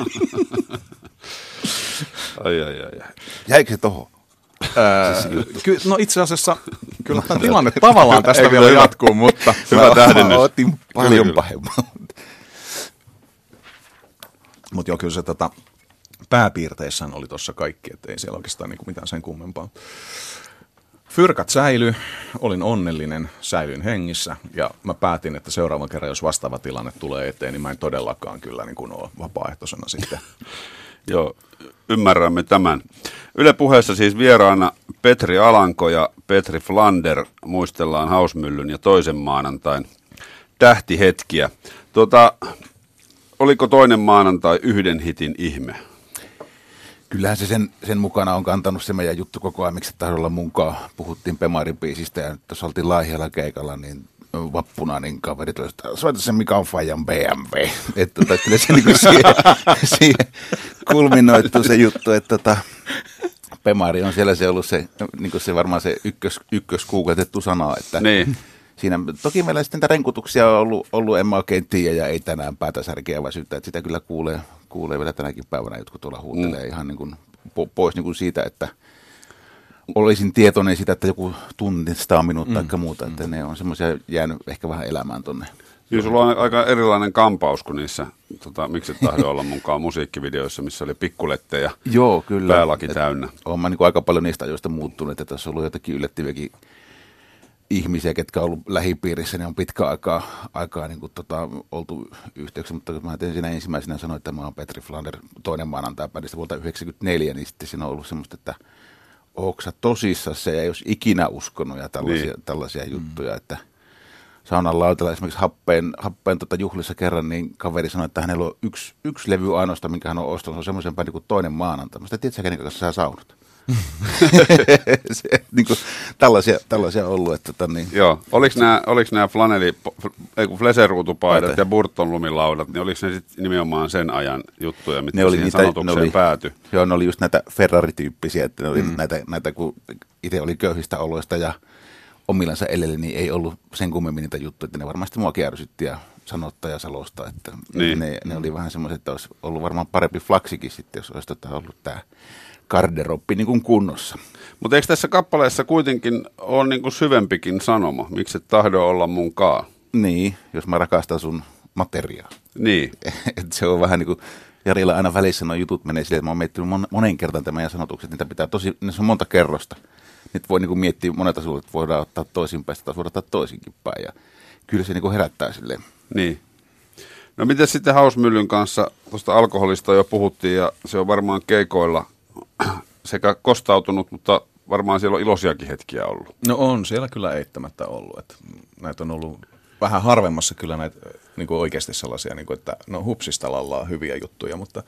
Ai, ai, ai. Jäikö se tohon? Öö, ky- no itse asiassa kyllä tämä tilanne tavallaan tästä vielä hyvä, jatkuu, mutta hyvä tähdennys. Otin paljon pahemman. Mutta joo, kyllä se tota, pääpiirteissään oli tuossa kaikki, että ei siellä oikeastaan niinku mitään sen kummempaa. Fyrkat säilyi, olin onnellinen, säilyin hengissä ja mä päätin, että seuraavan kerran, jos vastaava tilanne tulee eteen, niin mä en todellakaan kyllä niin kuin ole vapaaehtoisena sitten. Joo, ymmärrämme tämän. Yle Puheessa siis vieraana Petri Alanko ja Petri Flander. Muistellaan Hausmyllyn ja toisen maanantain tähtihetkiä. Tuota, oliko toinen maanantai yhden hitin ihme? Kyllähän se sen, sen mukana on kantanut se meidän juttu koko ajan, miksi taisi olla munkaan. Puhuttiin Pemarin biisistä ja nyt tuossa oltiin Laihialla keikalla, niin vappuna, niin kaverit oli, että soita se mikä on Fajan B M W. Että tota, kyllä se niin siihen, siihen kulminoituu se juttu, että tota, Pemari on siellä se ollut se, niin se varmaan se ykkös, ykkös kuukatettu sana, että niin. siinä toki meillä sitten niitä renkutuksia on ollut, ollut en mä oikein tiedä ja ei tänään päätä särkeä väsyttää, että sitä kyllä kuulee, kuulee vielä tänäkin päivänä, jotkut tuolla huutelee mm. ihan niin kuin po, pois niin kuin siitä, että olisin tietoinen siitä, että joku tunnistaa minut mm. tai muuta, että mm. ne on semmoisia jäänyt ehkä vähän elämään tonne. Niin sulla on aika erilainen kampaus kuin niissä, tota, miksi et tahdo olla munkaan musiikkivideoissa, missä oli pikkulettejä. Joo, kyllä. Päälaki täynnä. Olen mä niin kuin aika paljon niistä ajoista muuttunut, että tässä on ollut jotakin yllättäviäkin ihmisiä, ketkä on ollut lähipiirissä, niin on pitkä aikaa, aikaa niin kuin, tota, oltu yhteyksissä, mutta kun mä tein siinä ensimmäisenä sanoin, että mä oon Petri Flander toinen maanantai bändistä vuodelta yhdeksänkymmentäneljä, niin sitten siinä on ollut semmoista, että ootko sä tosissaan se, ja jos ikinä uskonut ja tällaisia, niin. tällaisia juttuja, että saunan lautalla esimerkiksi happeen, happeen tota juhlissa kerran, niin kaveri sanoi, että hänellä on yksi, yksi levy ainoastaan, minkä hän on ostanut, se on semmoisen bändin kuin toinen maanantai. Mä sitä tiedätkö, kenen kanssa sä saunut? se, niin kuin, tällaisia, tällaisia on ollut. Että, niin. Joo, oliko nämä, oliko nämä flaneli, fleseruutupaidat ja Burton-lumilaudat, niin oliko ne sitten nimenomaan sen ajan juttuja, mitä siihen niitä, sanotukseen päätyi? Joo, ne oli just näitä Ferrari-tyyppisiä, että ne oli mm. näitä, näitä, kun itse oli köyhistä oloista ja omillansa elelle, niin ei ollut sen kummemmin niitä juttuja, että ne varmasti muakin ärsytti ja sanotta ja salosta, että niin. ne, ne oli vähän semmoiset, että olisi ollut varmaan parempi flaksikin sitten, jos olisi tota ollut tämä garderobi niin kuin kunnossa. Mutta eikö tässä kappaleessa kuitenkin ole niin kuin syvempikin sanoma? Miksi et tahdo olla munkaan? Niin, jos mä rakastan sun materiaa. Niin. Et se on vähän niin kuin Jarilla aina välissä nuo jutut menee silleen, että mä oon miettinyt mon, monen kertaan tämän ja sanotukset, niitä pitää tosi, ne on monta kerrosta. Nyt voi niin kuin miettiä monet asuudet, että voidaan ottaa toisinpäin, tai voidaan ottaa toisinkin päin. Ja kyllä se niin kuin herättää silleen. Niin. No miten sitten Hausmyllyn kanssa, tuosta alkoholista jo puhuttiin, ja se on varmaan keikoilla sekä kostautunut, mutta varmaan siellä on iloisiakin hetkiä ollut. No on siellä kyllä eittämättä ollut. Että näitä on ollut vähän harvemmassa kyllä näitä niin kuin oikeasti sellaisia, niin kuin, että no hupsista lallaa hyviä juttuja, mutta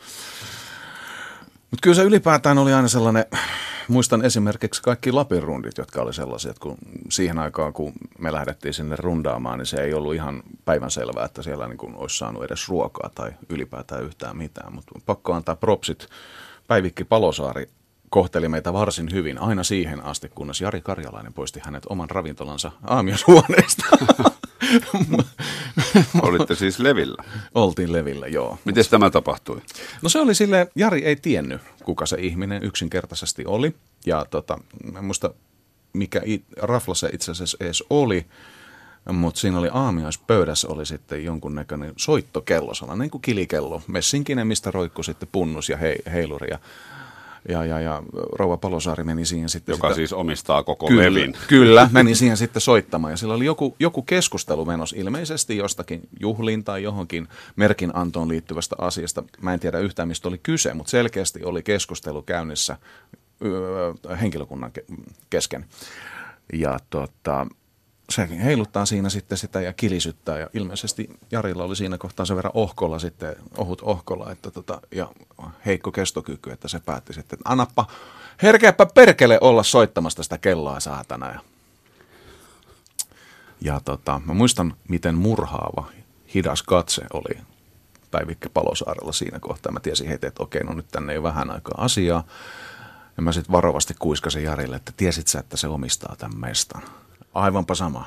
Mutta kyllä se ylipäätään oli aina sellainen, muistan esimerkiksi kaikki Lapin rundit, jotka oli sellaisia, että kun siihen aikaan, kun me lähdettiin sinne rundaamaan, niin se ei ollut ihan päivänselvää, että siellä niin kuin olisi saanut edes ruokaa tai ylipäätään yhtään mitään. Mutta pakko antaa propsit. Päivikki Palosaari kohteli meitä varsin hyvin aina siihen asti, kunnes Jari Karjalainen poisti hänet oman ravintolansa aamiaishuoneesta. Olitte siis levillä? Oltiin levillä, joo. Miten tämä tapahtui? No se oli silleen, Jari ei tiennyt, kuka se ihminen yksinkertaisesti oli. Ja tota, en muista, mikä it, rafla se itse asiassa edes oli, mutta siinä oli aamiaispöydässä oli sitten jonkunnäköinen soittokello, sellainen niin kuin kilikello, messinkinen, mistä roikkui sitten punnus ja hei, heiluri ja Ja, ja, ja rouva Palosaari meni siihen sitten... Joka sitä, siis omistaa koko kyllä, levin. Kyllä, meni siihen sitten soittamaan. Ja sillä oli joku, joku keskustelu menossa ilmeisesti jostakin juhliin tai johonkin merkinantoon liittyvästä asiasta. Mä en tiedä yhtään, mistä oli kyse, mutta selkeästi oli keskustelu käynnissä öö, henkilökunnan kesken. Ja tota... Se heiluttaa siinä sitten sitä ja kilisyttää ja ilmeisesti Jarilla oli siinä kohtaa sen verran ohkolla sitten, ohut ohkolla että tota, ja heikko kestokyky, että se päätti sitten, että annappa herkeäpä perkele olla soittamasta sitä kelloa saatana. Ja, ja tota, mä muistan, miten murhaava, hidas katse oli Päivikki Palosaarella siinä kohtaa. Mä tiesin heti, että okei, no nyt tänne ei vähän aikaa asiaa. Ja mä sitten varovasti kuiskasin Jarille, että tiesit sä, että se omistaa tämän mestan. Aivanpa sama.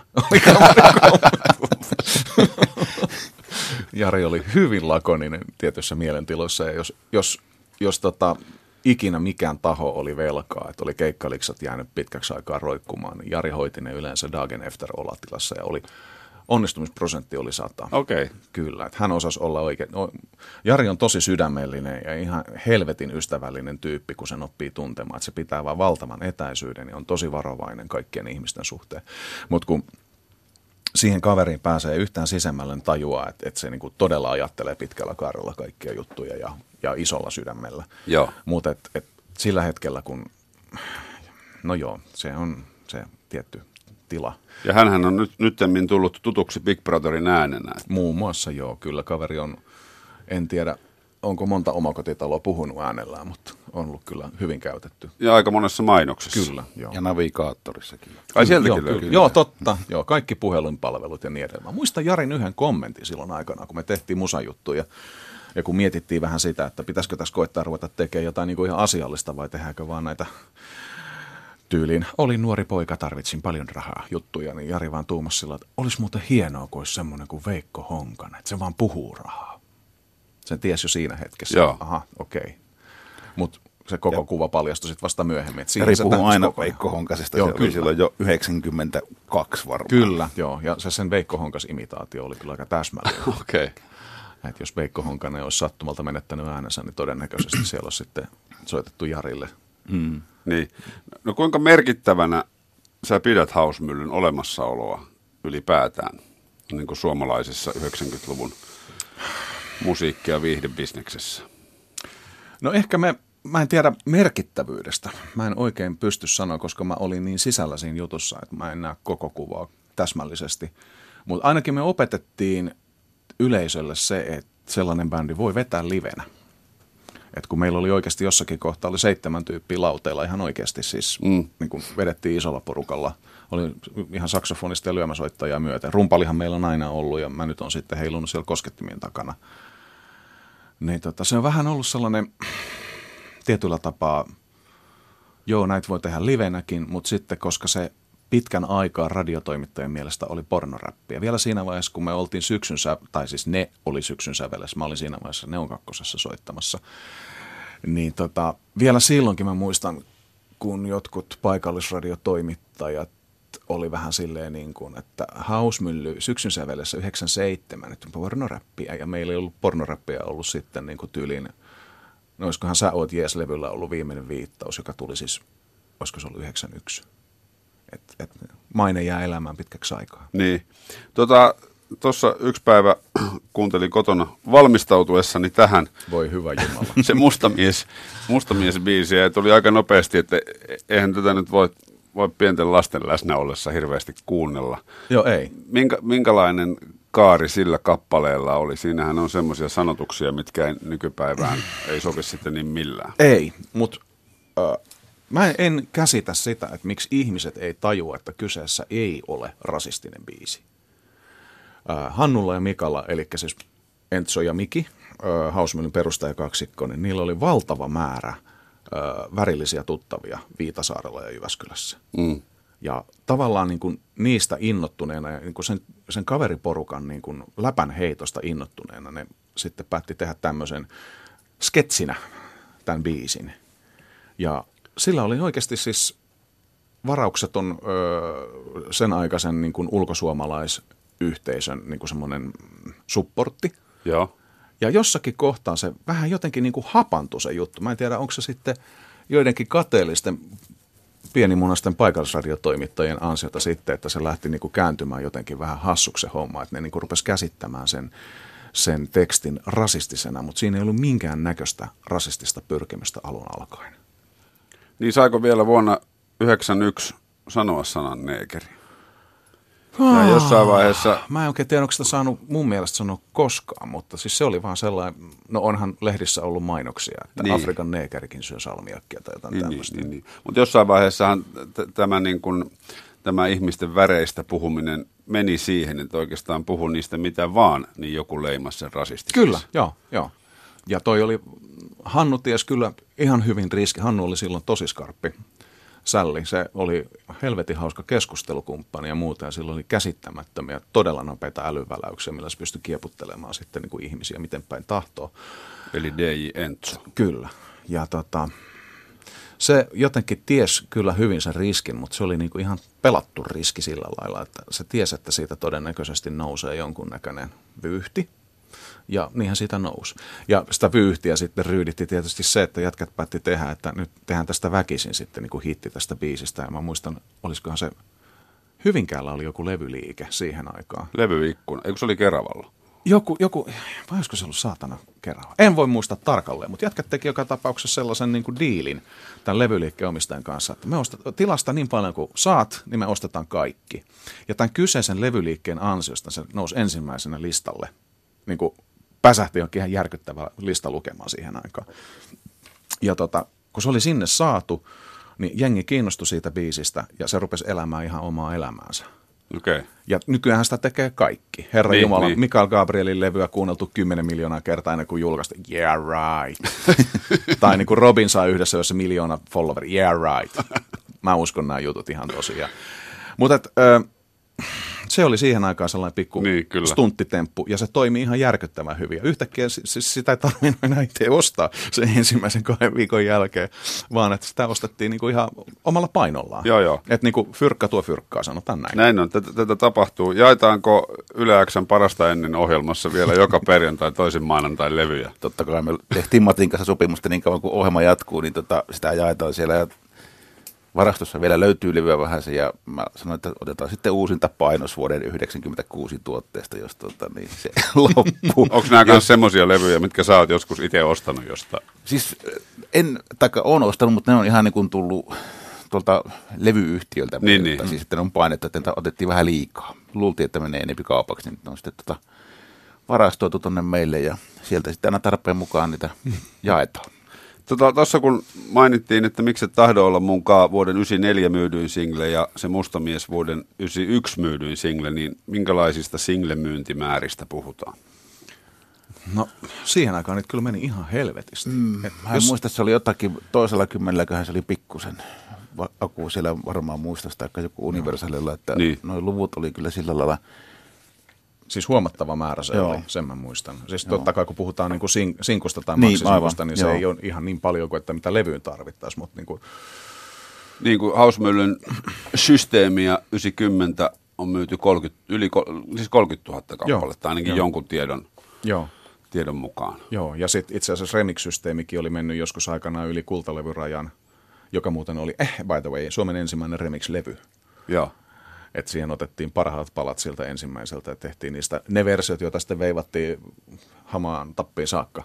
Jari oli hyvin lakoninen tietyissä mielentiloissa ja jos, jos, jos tota, ikinä mikään taho oli velkaa, että oli keikkaliksat jäänyt pitkäksi aikaa roikkumaan, niin Jari hoiti ne yleensä dagen efter olatilassa ja oli, onnistumisprosentti oli sata. Okei. Okay. Kyllä, että hän osasi olla oikein. No, Jari on tosi sydämellinen ja ihan helvetin ystävällinen tyyppi, kun sen oppii tuntemaan, että se pitää vaan valtavan etäisyyden ja on tosi varovainen kaikkien ihmisten suhteen. Mutta kun siihen kaveriin pääsee yhtään sisemmälle, niin tajuaa, että, että se niinku todella ajattelee pitkällä kaarella kaikkia juttuja ja, ja isolla sydämellä. Mutta et, et sillä hetkellä, kun, no joo, se on se tietty tila. Ja hänhän on nyt nyttemmin tullut tutuksi Big Brotherin äänenä. Muun muassa joo, kyllä kaveri on, en tiedä onko monta omakotitaloa puhunut äänellään, mutta on ollut kyllä hyvin käytetty. Ja aika monessa mainoksessa. Kyllä, joo. Ja navigaattorissakin. Ai sieltäkin joo, löytyy. Joo, totta. Joo, kaikki puhelinpalvelut ja niin edelleen. Muistan Jarin yhden kommentin silloin aikana, kun me tehtiin musajuttuja. Ja kun mietittiin vähän sitä, että pitäisikö tässä koittaa ruveta tekemään jotain niin kuin ihan asiallista vai tehdäänkö vaan näitä tyyliin, olin nuori poika, tarvitsin paljon rahaa juttuja, niin Jari vaan tuumasi sillä, että olisi muuten hienoa, kun olisi semmoinen kuin Veikko Honkanen, että se vaan puhuu rahaa. Sen tiesi jo siinä hetkessä. Joo. Aha, okei. Okay. Mutta se koko ja. kuva paljastui sitten vasta myöhemmin. Jari puhuu aina Veikko Honkasesta, joo, se oli silloin jo yhdeksänkymmentäkaksi varmaan. Kyllä, joo, ja se sen Veikko Honkas-imitaatio oli kyllä aika täsmällinen. Okei. Okay. Että jos Veikko Honkanen olisi sattumalta menettänyt äänensä, niin todennäköisesti siellä olisi sitten soitettu Jarille. Mm. Niin. No kuinka merkittävänä sä pidät Hausmyllyn olemassaoloa ylipäätään niin kuin suomalaisessa yhdeksänkymmentäluvun musiikki- ja viihdebisneksessä? No ehkä me, mä en tiedä merkittävyydestä. Mä en oikein pysty sanoa, koska mä olin niin sisällä siinä jutussa, että mä en näe koko kuvaa täsmällisesti. Mutta ainakin me opetettiin yleisölle se, että sellainen bändi voi vetää livenä. Et kun meillä oli oikeasti jossakin kohtaa, oli seitsemän tyyppiä lauteilla ihan oikeasti siis, mm. niin kun vedettiin isolla porukalla. Oli ihan saksofonista ja lyömäsoittajaa myöten. Rumpalihan meillä on aina ollut ja mä nyt on sitten heilunut siellä koskettimien takana. Niin tota, se on vähän ollut sellainen tietyllä tapaa, joo näitä voi tehdä livenäkin, mutta sitten koska se pitkän aikaa radiotoimittajien mielestä oli pornoräppiä. Vielä siinä vaiheessa, kun me oltiin syksyn sä, tai siis ne oli syksyn sävelessä, mä olin siinä vaiheessa Neon kakkosessa soittamassa. Niin tota, vielä silloinkin mä muistan, kun jotkut paikallisradiotoimittajat oli vähän silleen niin kuin, että Hausmylly syksyn sävelessä yhdeksänkymmentäseitsemän, että pornoräppiä, ja meillä ei ollut pornoräppiä ollut sitten niin kuin tyyliin, no olisikohan Sä oot jees-levyllä ollut viimeinen viittaus, joka tuli siis, olisiko se ollut yhdeksänkymmentäyksi. Että et, maine jää elämään pitkäksi aikaa. Niin. Tuossa tota, yksi päivä kuuntelin kotona valmistautuessani tähän. Voi hyvä Jumala. Se mustamies, mustamies-biisi, ja tuli aika nopeasti, että eihän tätä nyt voi, voi pienten lasten läsnä ollessa hirveästi kuunnella. Joo, ei. Minkä, minkälainen kaari sillä kappaleella oli? Siinähän on semmoisia sanotuksia, mitkä nykypäivään ei sovi sitten niin millään. Ei, mutta... Uh... Mä en käsitä sitä, että miksi ihmiset ei tajua, että kyseessä ei ole rasistinen biisi. Äh, Hannulla ja Mikalla, eli siis Entso ja Miki, äh, Hausmyllyn perustajakaksikko, niin niillä oli valtava määrä äh, värillisiä tuttavia Viitasaarella ja Jyväskylässä. Mm. Ja tavallaan niin kuin niistä innottuneena ja niin kuin sen, sen kaveriporukan niin kuin läpänheitosta innottuneena ne sitten päätti tehdä tämmöisen sketsinä tämän biisin. Ja sillä oli oikeasti siis varaukseton öö, sen aikaisen niin kuin ulkosuomalaisyhteisön niin kuin semmoinen supportti. Joo. Ja jossakin kohtaa se vähän jotenkin niin kuin hapantui se juttu. Mä en tiedä, onko se sitten joidenkin kateellisten pienimunaisten paikallisradiotoimittajien ansiota sitten, että se lähti niin kuin kääntymään jotenkin vähän hassuksi se homma, että ne niin kuin rupesi käsittämään sen, sen tekstin rasistisena, mutta siinä ei ollut minkään näköistä rasistista pyrkimystä alun alkaen. Niin saiko vielä vuonna yhdeksänkymmentäyksi sanoa sanan neekeri? Ah, ja jossain vaiheessa... Mä en oikein tiedä, onko sitä saanut mun mielestä sanoa koskaan, mutta siis se oli vaan sellainen, no onhan lehdissä ollut mainoksia, että niin. Afrikan neekerikin syö salmiakkia tai jotain niin, tämmöistä. Niin, niin, niin. Mutta jossain vaiheessahan t- tämä, niin kun, tämä ihmisten väreistä puhuminen meni siihen, että oikeastaan puhu niistä mitä vaan, niin joku leimasi sen rasistisesti. Kyllä, joo, joo. Ja toi oli, Hannu ties kyllä ihan hyvin riski. Hannu oli silloin tosi skarppi sälli. Se oli helvetin hauska keskustelukumppani ja muuta. Ja silloin oli käsittämättömiä, todella nopeita älyväläyksiä, millä se pystyi kieputtelemaan sitten niin kuin ihmisiä miten päin tahtoo. Eli D J Entso. Kyllä. Ja tota, se jotenkin ties kyllä hyvin sen riskin, mutta se oli niin kuin ihan pelattu riski sillä lailla, että se tiesi, että siitä todennäköisesti nousee jonkunnäköinen vyyhti. Ja niinhän siitä nousi. Ja sitä vyyhtiä sitten ryyditti tietysti se, että jätkät päätti tehdä, että nyt tehdään tästä väkisin sitten niin kuin hitti tästä biisistä. Ja mä muistan, olisikohan se, Hyvinkäällä oli joku levyliike siihen aikaan. Levyikkuna, eikö se oli Keravalla? Joku, joku, vai olisiko se ollut saatana Kerava? En voi muistaa tarkalleen, mutta jätkät teki joka tapauksessa sellaisen niin kuin diilin tämän levyliikkeen omistajan kanssa, että me ostat, tilasta niin paljon kuin saat, niin me ostetaan kaikki. Ja tämän kyseisen levyliikkeen ansiosta se nousi ensimmäisenä listalle, niin kuin päsähti jonkin ihan järkyttävä lista lukemaan siihen aikaan. Ja tota, kun se oli sinne saatu, niin jengi kiinnostui siitä biisistä ja se rupesi elämään ihan omaa elämäänsä. Okay. Ja nykyään sitä tekee kaikki. Herra niin, Jumala, niin. Mikael Gabrielin levyä kuunneltu kymmenen miljoonaa kertaa ennen kuin julkaistiin. Yeah, right. Tai niin kuin Robin saa yhdessä, jossa miljoona follower. Yeah, right. mä uskon nämä jutut ihan tosiaan. Mutta äh, se oli siihen aikaan sellainen pikku niin, stunttitemppu, ja se toimi ihan järkyttävän hyvin. Ja yhtäkkiä siis sitä ei tarvinnut enää itse ostaa sen ensimmäisen kahden viikon jälkeen, vaan että sitä ostettiin niinku ihan omalla painollaan. Joo, joo. Että niinku fyrkka tuo fyrkkaa, sanotaan näin. Näin on, tätä, tätä tapahtuu. Jaetaanko Yle X:n parasta ennen ohjelmassa vielä joka perjantai toisin maanantai levyjä? Totta kai me tehtiin Matin kanssa sopimusta niin kauan kuin ohjelma jatkuu, niin tota, sitä jaetaan siellä ja varastossa vielä löytyy levyä vähän se, ja mä sanoin, että otetaan sitten uusinta painos vuoden yhdeksänkymmentäkuusi tuotteesta, jos tota, niin se loppuu. Onko nämä myös semmoisia levyjä, mitkä sä oot joskus itse ostanut jostain? Siis en, taikka on ostanut, mutta ne on ihan niin kuin tullut tuolta levyyhtiöltä. Niin, niin. Siis sitten on painettu, että otettiin vähän liikaa. Luultiin, että menee enempi kaupaksi, niin on sitten tota varastoitu tuonne meille, ja sieltä sitten aina tarpeen mukaan niitä jaetaan. Tuossa tota, kun mainittiin, että miksi et tahdo olla munkaan vuoden yhdeksänkymmentäneljä myydyin single ja se Mustamies vuoden yhdeksänkymmentäyksi myydyin single, niin minkälaisista single-myyntimääristä puhutaan? No siihen aikaan nyt kyllä meni ihan helvetistä. Mm, Et mä en jos... muista, että se oli jotakin, toisella kymmenelläköhän se oli pikkusen. Aku siellä varmaan muistasi, tai joku Universalilla, että niin. Nuo luvut oli kyllä sillä lailla. Siis huomattava määrä se Joo. oli, sen mä muistan. Siis Joo. totta kai kun puhutaan niin kuin sing, sinkusta tai niin, maksisinkusta, niin Joo. se ei ole ihan niin paljon kuin että mitä levyyn tarvittaisiin. Mutta niin kuin... niin kuin Hausmyllyn systeemiä yhdeksänkymmentä on myyty kolmekymmentä, yli siis kolmekymmentätuhatta kappaletta, ainakin Joo. jonkun tiedon, Joo. tiedon mukaan. Joo, ja sitten itse asiassa remix-systeemikin oli mennyt joskus aikanaan yli kultalevyrajan, joka muuten oli, eh, by the way, Suomen ensimmäinen remix-levy. Joo. Että siihen otettiin parhaat palat siltä ensimmäiseltä ja tehtiin niistä ne versiot, joita sitten veivattiin hamaan tappiin saakka.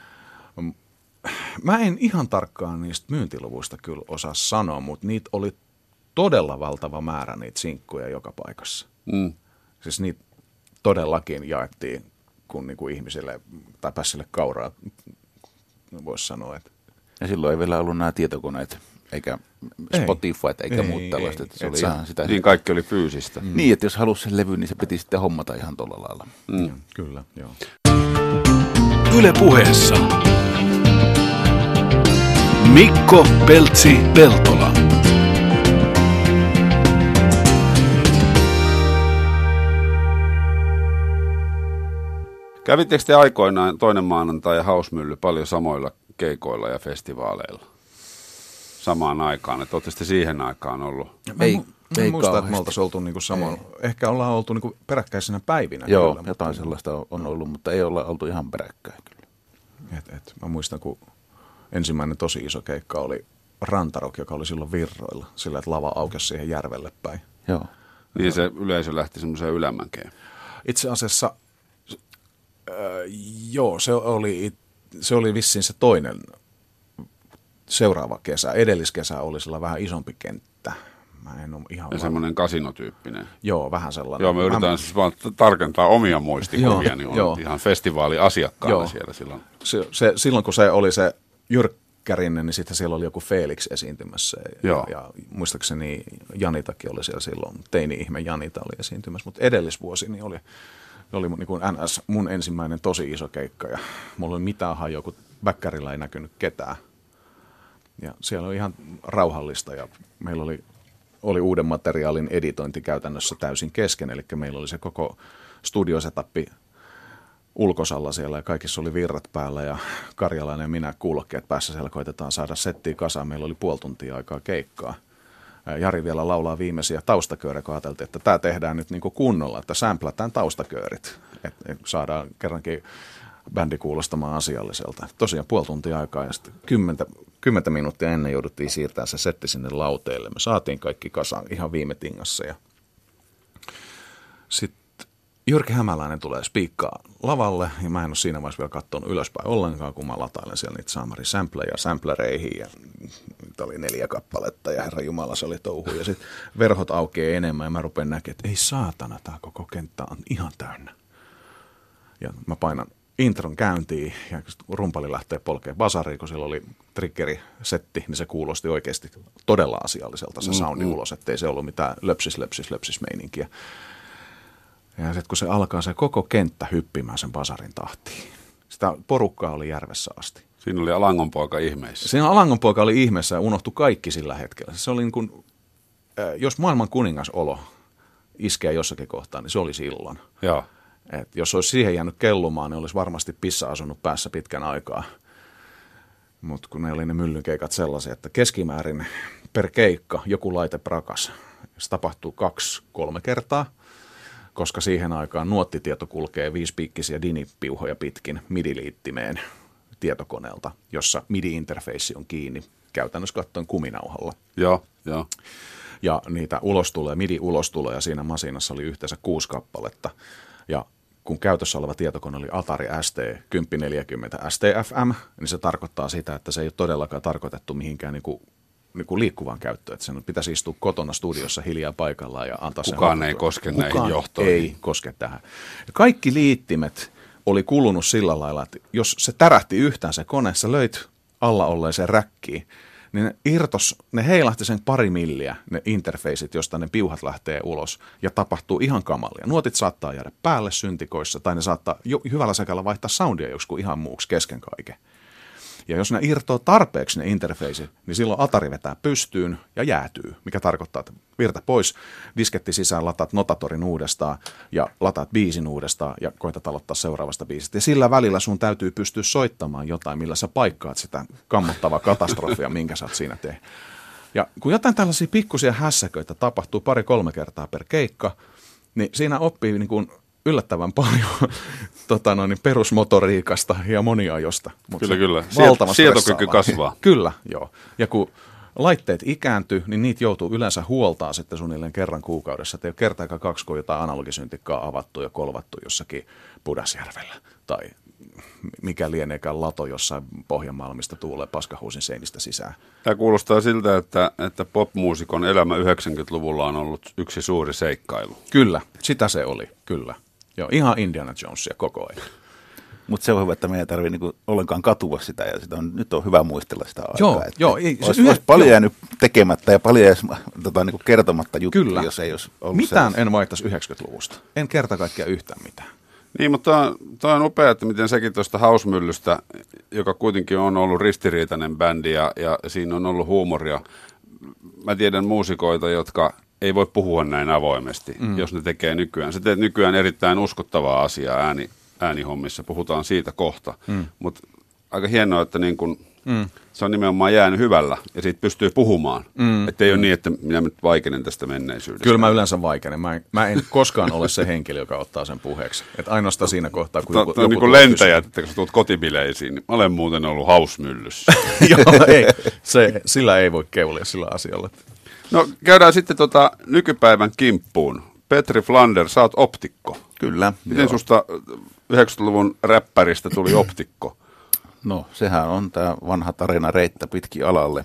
Mä en ihan tarkkaan niistä myyntiluvuista kyllä osaa sanoa, mutta niitä oli todella valtava määrä niitä sinkkuja joka paikassa. Mm. Siis niitä todellakin jaettiin, kun niinku ihmisille tai pässille kauraa, voisi sanoa. Että. Ja silloin ei vielä ollut nämä tietokoneet. Eikä Spotify, eikä ei, muut tällaista. Se oli ihan sitä. Niin kaikki oli fyysistä. Mm. Niin, että jos halusi sen levyn, niin se piti sitten hommata ihan tuolla lailla. Mm. Ja, kyllä, joo. Yle Puheessa Mikko Peltsi-Peltola. Kävittekö te aikoinaan toinen maanantai ja Hausmylly paljon samoilla keikoilla ja festivaaleilla? Samaan aikaan, että olette siihen aikaan ollut? Ei, ei, ei muista, että me oltaisiin oltu niinku samoin. Ehkä ollaan oltu niinku peräkkäisenä päivinä. Joo, kyllä, jotain mutta sellaista on ollut, mutta ei olla oltu ihan peräkkäin kyllä. Et, et, mä muistan, kun ensimmäinen tosi iso keikka oli Rantarok, joka oli silloin Virroilla, sillä että lava aukesi siihen järvelle päin. Joo. Niin se yleisö lähti semmoiseen ylämäkeen. Itse asiassa, äh, joo, se oli, se oli vissiin se toinen seuraava kesä. Edelliskesä oli sillä vähän isompi kenttä. Mä en ole ihan ja semmoinen kasinotyyppinen. Joo, vähän sellainen. Joo, me yritetään mä... siis vaan tarkentaa omia muistikuvia, niin on ihan festivaaliasiakkaana joo. siellä silloin. Se, se, silloin kun se oli se Jyrkkärinne, niin sitten siellä oli joku Felix esiintymässä. Ja, ja muistaakseni Janitakin oli siellä silloin. Teini-ihme Janita oli esiintymässä, mutta edellisvuosi niin oli, oli niin kuin N S mun ensimmäinen tosi iso keikka. Ja mulla oli mitään hajua, kun väkkärillä ei näkynyt ketään. Ja siellä oli ihan rauhallista ja meillä oli, oli uuden materiaalin editointi käytännössä täysin kesken. Eli meillä oli se koko studiosetappi ulkosalla siellä ja kaikissa oli virrat päällä ja Karjalainen ja minä kuulokkeet päässä siellä koitetaan saada settiä kasaan. Meillä oli puoli tuntia aikaa keikkaa. Jari vielä laulaa viimeisiä taustaköörejä, kun ajateltiin, että tämä tehdään nyt niin kuin kunnolla, että sämplätään taustaköörit, että saadaan kerrankin bändi kuulostamaan asialliselta. Tosiaan puoli tuntia aikaa ja sitten kymmentä, kymmentä minuuttia ennen jouduttiin siirtämään se setti sinne lauteille. Me saatiin kaikki kasaan ihan viime tingassa. Ja sitten Jyrki Hämäläinen tulee spiikkaa lavalle ja mä en ole siinä vaiheessa vielä katsonut ylöspäin ollenkaan, kun mä latailen siellä niitä Saamari sampleja samplereihin ja niitä oli neljä kappaletta ja herra jumala se oli touhu. Ja sitten verhot aukeaa enemmän ja mä rupean näkemään, että ei saatana, tämä koko kenttä on ihan täynnä. Ja mä painan intron käyntiin ja rumpali lähtee polkeen basariin, kun siellä oli triggerisetti, niin se kuulosti oikeasti todella asialliselta se soundi mm-hmm. ulos, ettei se ollut mitään löpsis, löpsis, löpsis meininkiä. Ja sitten kun se alkaa se koko kenttä hyppimään sen basarin tahtiin, sitä porukkaa oli järvessä asti. Siinä oli Alangonpoika ihmeissä. Siinä Alangonpoika oli ihmeessä ja unohtui kaikki sillä hetkellä. Se oli niin kuin jos maailman kuningasolo iskee jossakin kohtaa, niin se oli silloin. Joo. Et jos olisi siihen jäänyt kellumaan, niin olisi varmasti pissa asunut päässä pitkän aikaa. Mutta kun ne oli ne myllynkeikat sellaisia, että keskimäärin per keikka joku laite prakas. Se tapahtuu kaksi, kolme kertaa, koska siihen aikaan nuottitieto kulkee viisipiikkisiä dinipiuhoja pitkin midiliittimeen tietokoneelta, jossa midi-interfeissi on kiinni käytännössä katsoen kuminauhalla. Joo, joo. Ja niitä ulostuloja, midi-ulostuloja siinä masinassa oli yhteensä kuusi kappaletta. Ja kun käytössä oleva tietokone oli Atari S T kymmenen neljäkymmentä S T F M, niin se tarkoittaa sitä, että se ei ole todellakaan tarkoitettu mihinkään niin kuin, niin kuin liikkuvaan käyttöön. Että sen pitäisi istua kotona studiossa hiljaa paikallaan ja antaa sen. Kukaan ei koske Kukaan näihin johtoihin. ei koske tähän. Ja kaikki liittimet oli kulunut sillä lailla, että jos se tärähti yhtään se kone, sä löit alla olleeseen räkkiin, niin ne irtos, ne heilahti sen pari milliä, ne interfeisit, josta ne piuhat lähtee ulos, ja tapahtuu ihan kamalia. Nuotit saattaa jäädä päälle syntikoissa, tai ne saattaa jo hyvällä sekalla vaihtaa soundia joksikin ihan muuksi kesken kaiken. Ja jos ne irtoo tarpeeksi ne interfeisit, niin silloin Atari vetää pystyyn ja jäätyy, mikä tarkoittaa, että virta pois, disketti sisään, lataat notatorin uudestaan ja lataat biisin uudestaan ja koetat aloittaa seuraavasta biisistä. Ja sillä välillä sun täytyy pystyä soittamaan jotain, millä sä paikkaat sitä kammottavaa katastrofia, minkä sä oot siinä tehnyt. Ja kun jotain tällaisia pikkusia hässäköitä tapahtuu pari-kolme kertaa per keikka, niin siinä oppii niin kuin yllättävän paljon tota noin, perusmotoriikasta ja moniajosta. Kyllä, kyllä. Valtava Sietokyky kasvaa. Kyllä, joo. Ja kun laitteet ikääntyy, niin niitä joutuu yleensä huoltaa sitten suunnilleen kerran kuukaudessa. Että ei ole kertaakaan kaksi, kun jotain analogisyntikkaa avattu ja kolvattu jossakin Pudasjärvellä. Tai mikä lieneekään lato jossain Pohjanmalmista tuulee paskahuusin seinistä sisään. Tämä kuulostaa siltä, että, että popmuusikon elämä yhdeksänkymmentäluvulla on ollut yksi suuri seikkailu. Kyllä, sitä se oli, kyllä. Joo, ihan Indiana Jonesia koko ajan. Mutta se on hyvä, että meidän ei tarvitse niinku ollenkaan katua sitä, ja sitä on, nyt on hyvä muistella sitä aikaa. Joo, joo. Ei, olisi, se yhä, olisi paljon joo. jäänyt tekemättä ja paljon jäisi tota, niinku kertomatta juttuja, Kyllä. jos ei olisi ollut mitään sellaista. En vaihtaisi yhdeksänkymmentäluvusta. En kerta kaikkiaan yhtään mitään. Niin, mutta tuo on upea, että miten sekin tuosta Hausmyllystä, joka kuitenkin on ollut ristiriitainen bändi ja, ja siinä on ollut huumoria. Mä tiedän muusikoita, jotka ei voi puhua näin avoimesti, mm. jos ne tekee nykyään. Sä teet nykyään erittäin uskottavaa asiaa ääni, äänihommissa, puhutaan siitä kohta. Mm. Mutta aika hienoa, että niin kun mm. se on nimenomaan jäänyt hyvällä ja siitä pystyy puhumaan. Mm. Että ei ole niin, että minä nyt vaikenen tästä menneisyydestä. Kyllä mä yleensä vaikenen. Mä en, mä en koskaan ole se henkilö, joka ottaa sen puheeksi. Että ainoastaan siinä kohtaa, kun joku, joku niin kuin lentäjät, että kun sä tulet kotibileisiin, niin mä olen muuten ollut Hausmyllyssä. Joo, ei. Se, sillä ei voi keulia sillä asialla. No käydään sitten tota nykypäivän kimppuun. Petri Flander, sä oot optikko. Kyllä. Miten joo. susta yhdeksänkymmentäluvun räppäristä tuli optikko? No, sehän on tämä vanha tarina Reittä pitkin alalle.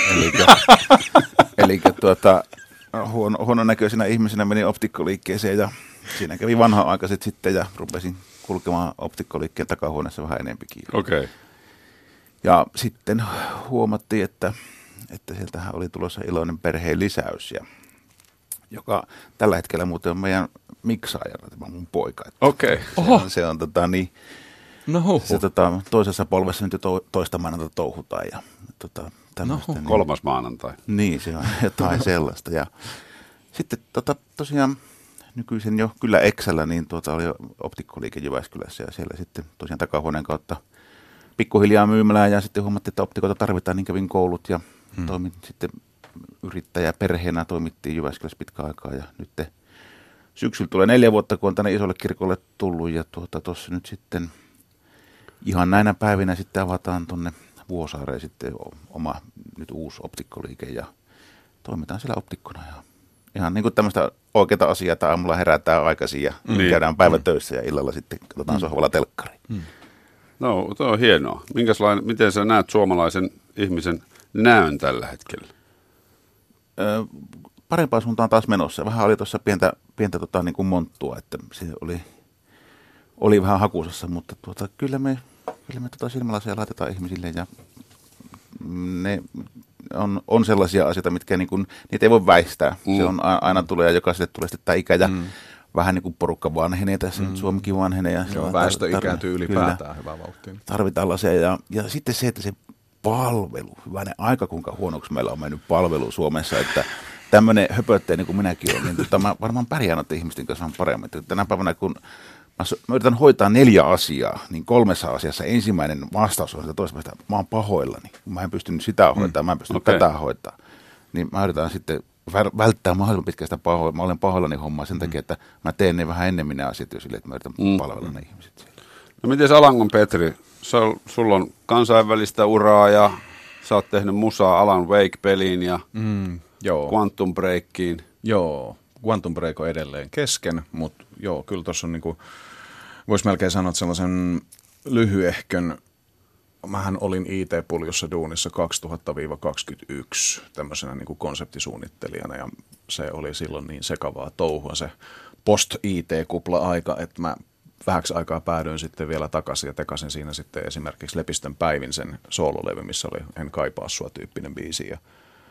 Eli tuota, huono, huononäköisenä ihmisenä menin optikkoliikkeeseen ja siinä kävi vanha-aikaiset sitten ja rupesin kulkemaan optikkoliikkeen takahuoneessa vähän enempikin. Okei. Okay. Ja sitten huomattiin, että, että sieltähän oli tulossa iloinen perheen lisäys, ja, joka tällä hetkellä muuten on meidän miksaajana, tämä mun poika. Okei. Okay. Se, se on tota niin... No, se, tota, toisessa polvessa nyt jo to, toista maanantaita touhutaan. Ja, tota, no, niin, kolmas maanantai. Niin, se on jotain sellaista. Ja sitten tota, tosiaan nykyisen jo kyllä Exällä, niin tuota, oli optikkoliike Jyväskylässä ja siellä sitten tosiaan takahuoneen kautta pikkuhiljaa myymälään ja sitten huomattiin, että optikoita tarvitaan, niin kävin koulut ja hmm. toimin sitten yrittäjäperheenä, toimittiin Jyväskylässä pitkä aikaa ja nyt syksyllä tulee neljä vuotta, kun on tänne isolle kirkolle tullut ja tuossa tuota, nyt sitten ihan näinä päivinä sitten avataan tuonne Vuosaareen sitten oma nyt uusi optikkoliike ja toimitaan siellä optikkona. Ja ihan niin kuin tämmöistä oikeaa asiaa, että aamulla herätään aikaisin ja mm. käydään päivän mm. töissä ja illalla sitten katsotaan mm. sohvalla telkkari. Mm. No, tuo on hienoa. Minkälainen, miten sä näet suomalaisen ihmisen näön tällä hetkellä? Ö, parempaan suuntaan taas menossa. Vähän oli tuossa pientä, pientä tota, niin kuin monttua, että se oli... Oli vähän hakusassa, mutta tuota, kyllä me, kyllä me tuota silmälaseja laitetaan ihmisille ja ne on, on sellaisia asioita, mitkä niin kuin, niitä ei voi väistää. Mm. Se on aina tulee ja jokaiselle tulee sitten tämä ikä ja mm. vähän niin kuin porukka vanhenee tässä, mm. nyt Suomikin vanhenee. Ja joo, väestö tar- ikääntyy ylipäätään hyvää vauhtia. Tarvitaan laseja ja, ja sitten se, että se palvelu, hyvänen aika kuinka huonoksi meillä on mennyt palvelu Suomessa, että tämmöinen höpötteinen kuin minäkin olen, niin tota, mä varmaan pärjään noiden ihmisten kanssa paremmin. Tänä päivänä, kun mä, mä yritän hoitaa neljä asiaa, niin kolmessa asiassa ensimmäinen vastaus on, että toisesta mä oon pahoillani. Mä en pystynyt sitä hoitaa, mä en pystynyt okay. tätä hoitaa. Niin mä yritän sitten välttää mahdollisimman pitkästä pahoilla. Mä olen pahoillani hommaa sen takia, että mä teen ne vähän ennemmin ne asiat jo sille, että mä yritän mm. palvella ne ihmiset siellä. No miten Alangon Petri, sulla on kansainvälistä uraa ja sä oot tehnyt musaa Alan Wake-peliin ja mm, joo. Quantum Breakiin. Joo, Quantum Break on edelleen kesken, mutta joo, kyllä tuossa on niinku, voisi melkein sanoa, että sellaisen lyhyehkön, mähän olin I T-puljossa duunissa kaksituhatta kaksikymmentäyksi tämmöisenä niinku konseptisuunnittelijana ja se oli silloin niin sekavaa touhua se post-I T-kupla-aika, että mä vähäksi aikaa päädyin sitten vielä takaisin ja tekasin siinä sitten esimerkiksi Lepistön Päivin sen soololevy, missä oli En kaipaa sua -tyyppinen biisi. Ja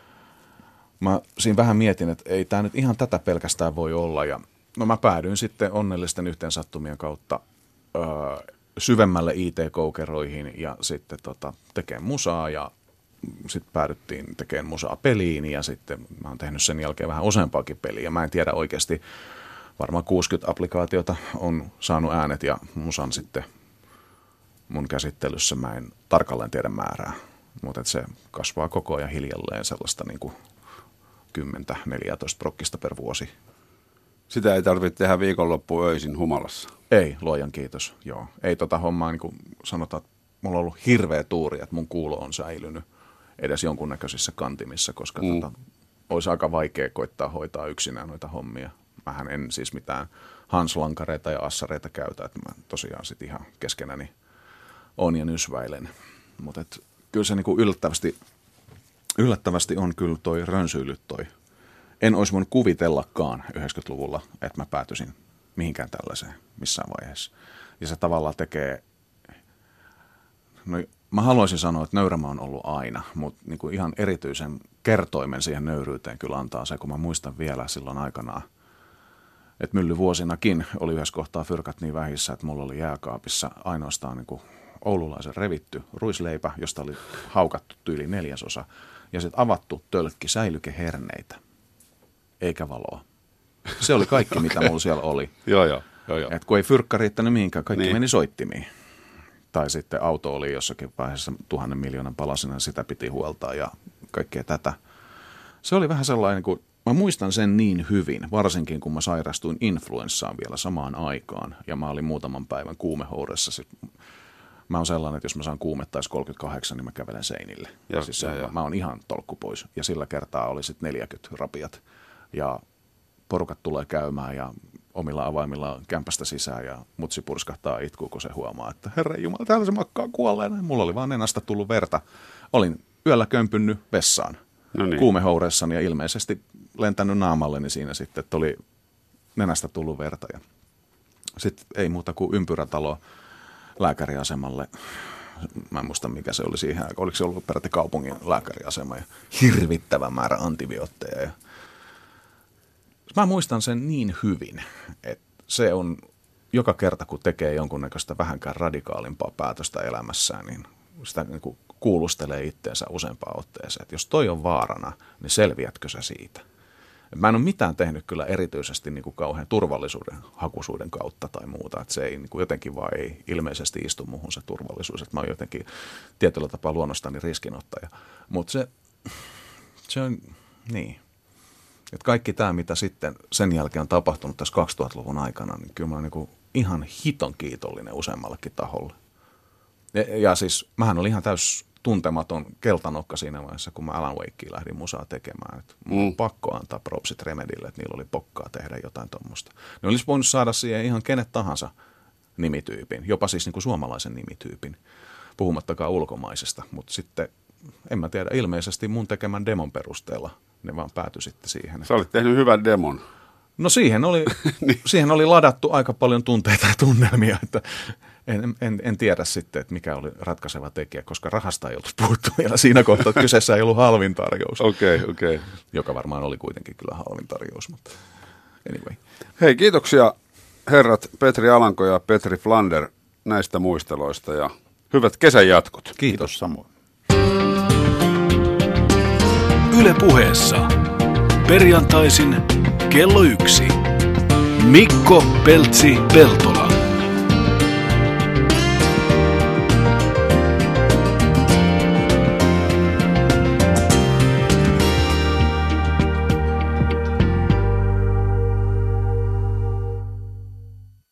mä siinä vähän mietin, että ei tämä nyt ihan tätä pelkästään voi olla. Ja no mä päädyin sitten onnellisten yhteensattumien kautta öö, syvemmälle I T-koukeroihin ja sitten tota, tekemään musaa ja sitten päädyttiin tekemään musaa peliin ja sitten mä oon tehnyt sen jälkeen vähän useampaakin peliä. Mä en tiedä oikeasti. Varmaan kuusikymmentä applikaatiota on saanut äänet ja musan sitten mun käsittelyssä. Mä en tarkalleen tiedä määrää, mutta se kasvaa koko ajan hiljalleen sellaista niin kuin kymmenen neljätoista prokkista per vuosi. Sitä ei tarvitse tehdä viikonloppuun öisin humalassa. Ei, luojan kiitos. Joo. Ei tota hommaa, niin kuin sanotaan, että mulla on ollut hirveä tuuri, että mun kuulo on säilynyt edes jonkunnäköisissä kantimissa, koska mm. tota, olisi aika vaikea koittaa hoitaa yksinään noita hommia. Mähän en siis mitään hanslankareita ja assareita käytä, että mä tosiaan sit ihan keskenäni on ja nysväilen. Mutta kyllä se niinku yllättävästi, yllättävästi on kyllä toi rönsyilyt toi. En olisi voinut kuvitellakaan yhdeksänkymmentäluvulla, että mä päätyisin mihinkään tällaiseen missään vaiheessa. Ja se tavallaan tekee, no mä haluaisin sanoa, että nöyrämä on ollut aina, mutta niinku ihan erityisen kertoimen siihen nöyryyteen kyllä antaa se, kun mä muistan vielä silloin aikanaan, että myllyvuosinakin oli yhdessä kohtaa fyrkat niin vähissä, että mulla oli jääkaapissa ainoastaan niin kuin oululaisen revitty ruisleipä, josta oli haukattu tyyli neljäsosa, ja sitten avattu tölkki säilykeherneitä, eikä valoa. Se oli kaikki, mitä mulla siellä oli. Joo, joo, joo, joo. Et kun ei fyrkka riittänyt mihinkään, kaikki niin. meni soittimiin. Tai sitten auto oli jossakin vaiheessa tuhannen miljoonan palasina, sitä piti huoltaa ja kaikkea tätä. Se oli vähän sellainen, kun mä muistan sen niin hyvin, varsinkin kun mä sairastuin influenssaan vielä samaan aikaan. Ja mä olin muutaman päivän kuumehoudessa. Mä oon sellainen, että jos mä saan kuumettaisi kolmekymmentäkahdeksan, niin mä kävelen seinille. Ja, siis ja, ja. Mä oon ihan tolkku pois. Ja sillä kertaa oli sitten neljäkymmentä rapiat. Ja porukat tulee käymään ja omilla avaimilla kämpästä sisään ja mutsi purskahtaa itkuun, kun se huomaa, että herra jumala, täällä se makkaa kuolleena. Mulla oli vaan nenästä tullut verta. Olin yöllä kömpynnyt vessaan no niin. kuumehoudessani ja ilmeisesti lentänyt naamalleni siinä sitten, että oli nenästä tullut verta. Ja sitten ei muuta kuin ympyrätalo lääkäriasemalle. Mä en muista, mikä se oli siihen. Oliko se ollut peräti kaupungin lääkäriasema ja hirvittävä määrä antibiootteja. Ja mä muistan sen niin hyvin, että se on joka kerta, kun tekee jonkunnäköistä vähänkään radikaalimpaa päätöstä elämässään, niin sitä niin kuin kuulustelee itteensä useampaan otteeseen. Että jos toi on vaarana, niin selviätkö sä siitä? Et mä en ole mitään tehnyt kyllä erityisesti niin kuin kauhean turvallisuuden hakuisuuden kautta tai muuta. Että se ei niin kuin jotenkin vaan ei ilmeisesti istu muuhun se turvallisuus. Että mä oon jotenkin tietyllä tapaa luonnostani riskinottaja. Mutta se, se on niin. Että kaikki tämä, mitä sitten sen jälkeen on tapahtunut tässä kaksituhattaluvun aikana, niin kyllä mä oon niin ihan hiton kiitollinen useammallekin taholle. Ja, ja siis mähän olin ihan täys tuntematon keltanokka siinä vaiheessa, kun mä Alan Wakea lähdin musaa tekemään. Että mun on mm. pakko antaa propsit Remedille, että niillä oli pokkaa tehdä jotain tuommoista. Ne olisi voinut saada siihen ihan kenet tahansa nimityypin, jopa siis niin kuin suomalaisen nimityypin, puhumattakaan ulkomaisesta. Mutta sitten, en mä tiedä, ilmeisesti mun tekemän demon perusteella ne vaan päätyi sitten siihen. Sä olit tehnyt hyvän demon. No siihen oli, niin. siihen oli ladattu aika paljon tunteita ja tunnelmia, että en, en, en tiedä sitten, että mikä oli ratkaiseva tekijä, koska rahasta ei ollut puhuttu vielä siinä kohtaa, että kyseessä ei ollut halvin tarjous. Okei, okay, okei. Okay. Joka varmaan oli kuitenkin kyllä halvin tarjous, mutta anyway. Hei, kiitoksia herrat Petri Alanko ja Petri Flander näistä muisteloista ja hyvät kesän jatkot. Kiitos, Kiitos samoin. Yle Puheessa perjantaisin kello yksi. Mikko Peltsi-Peltola.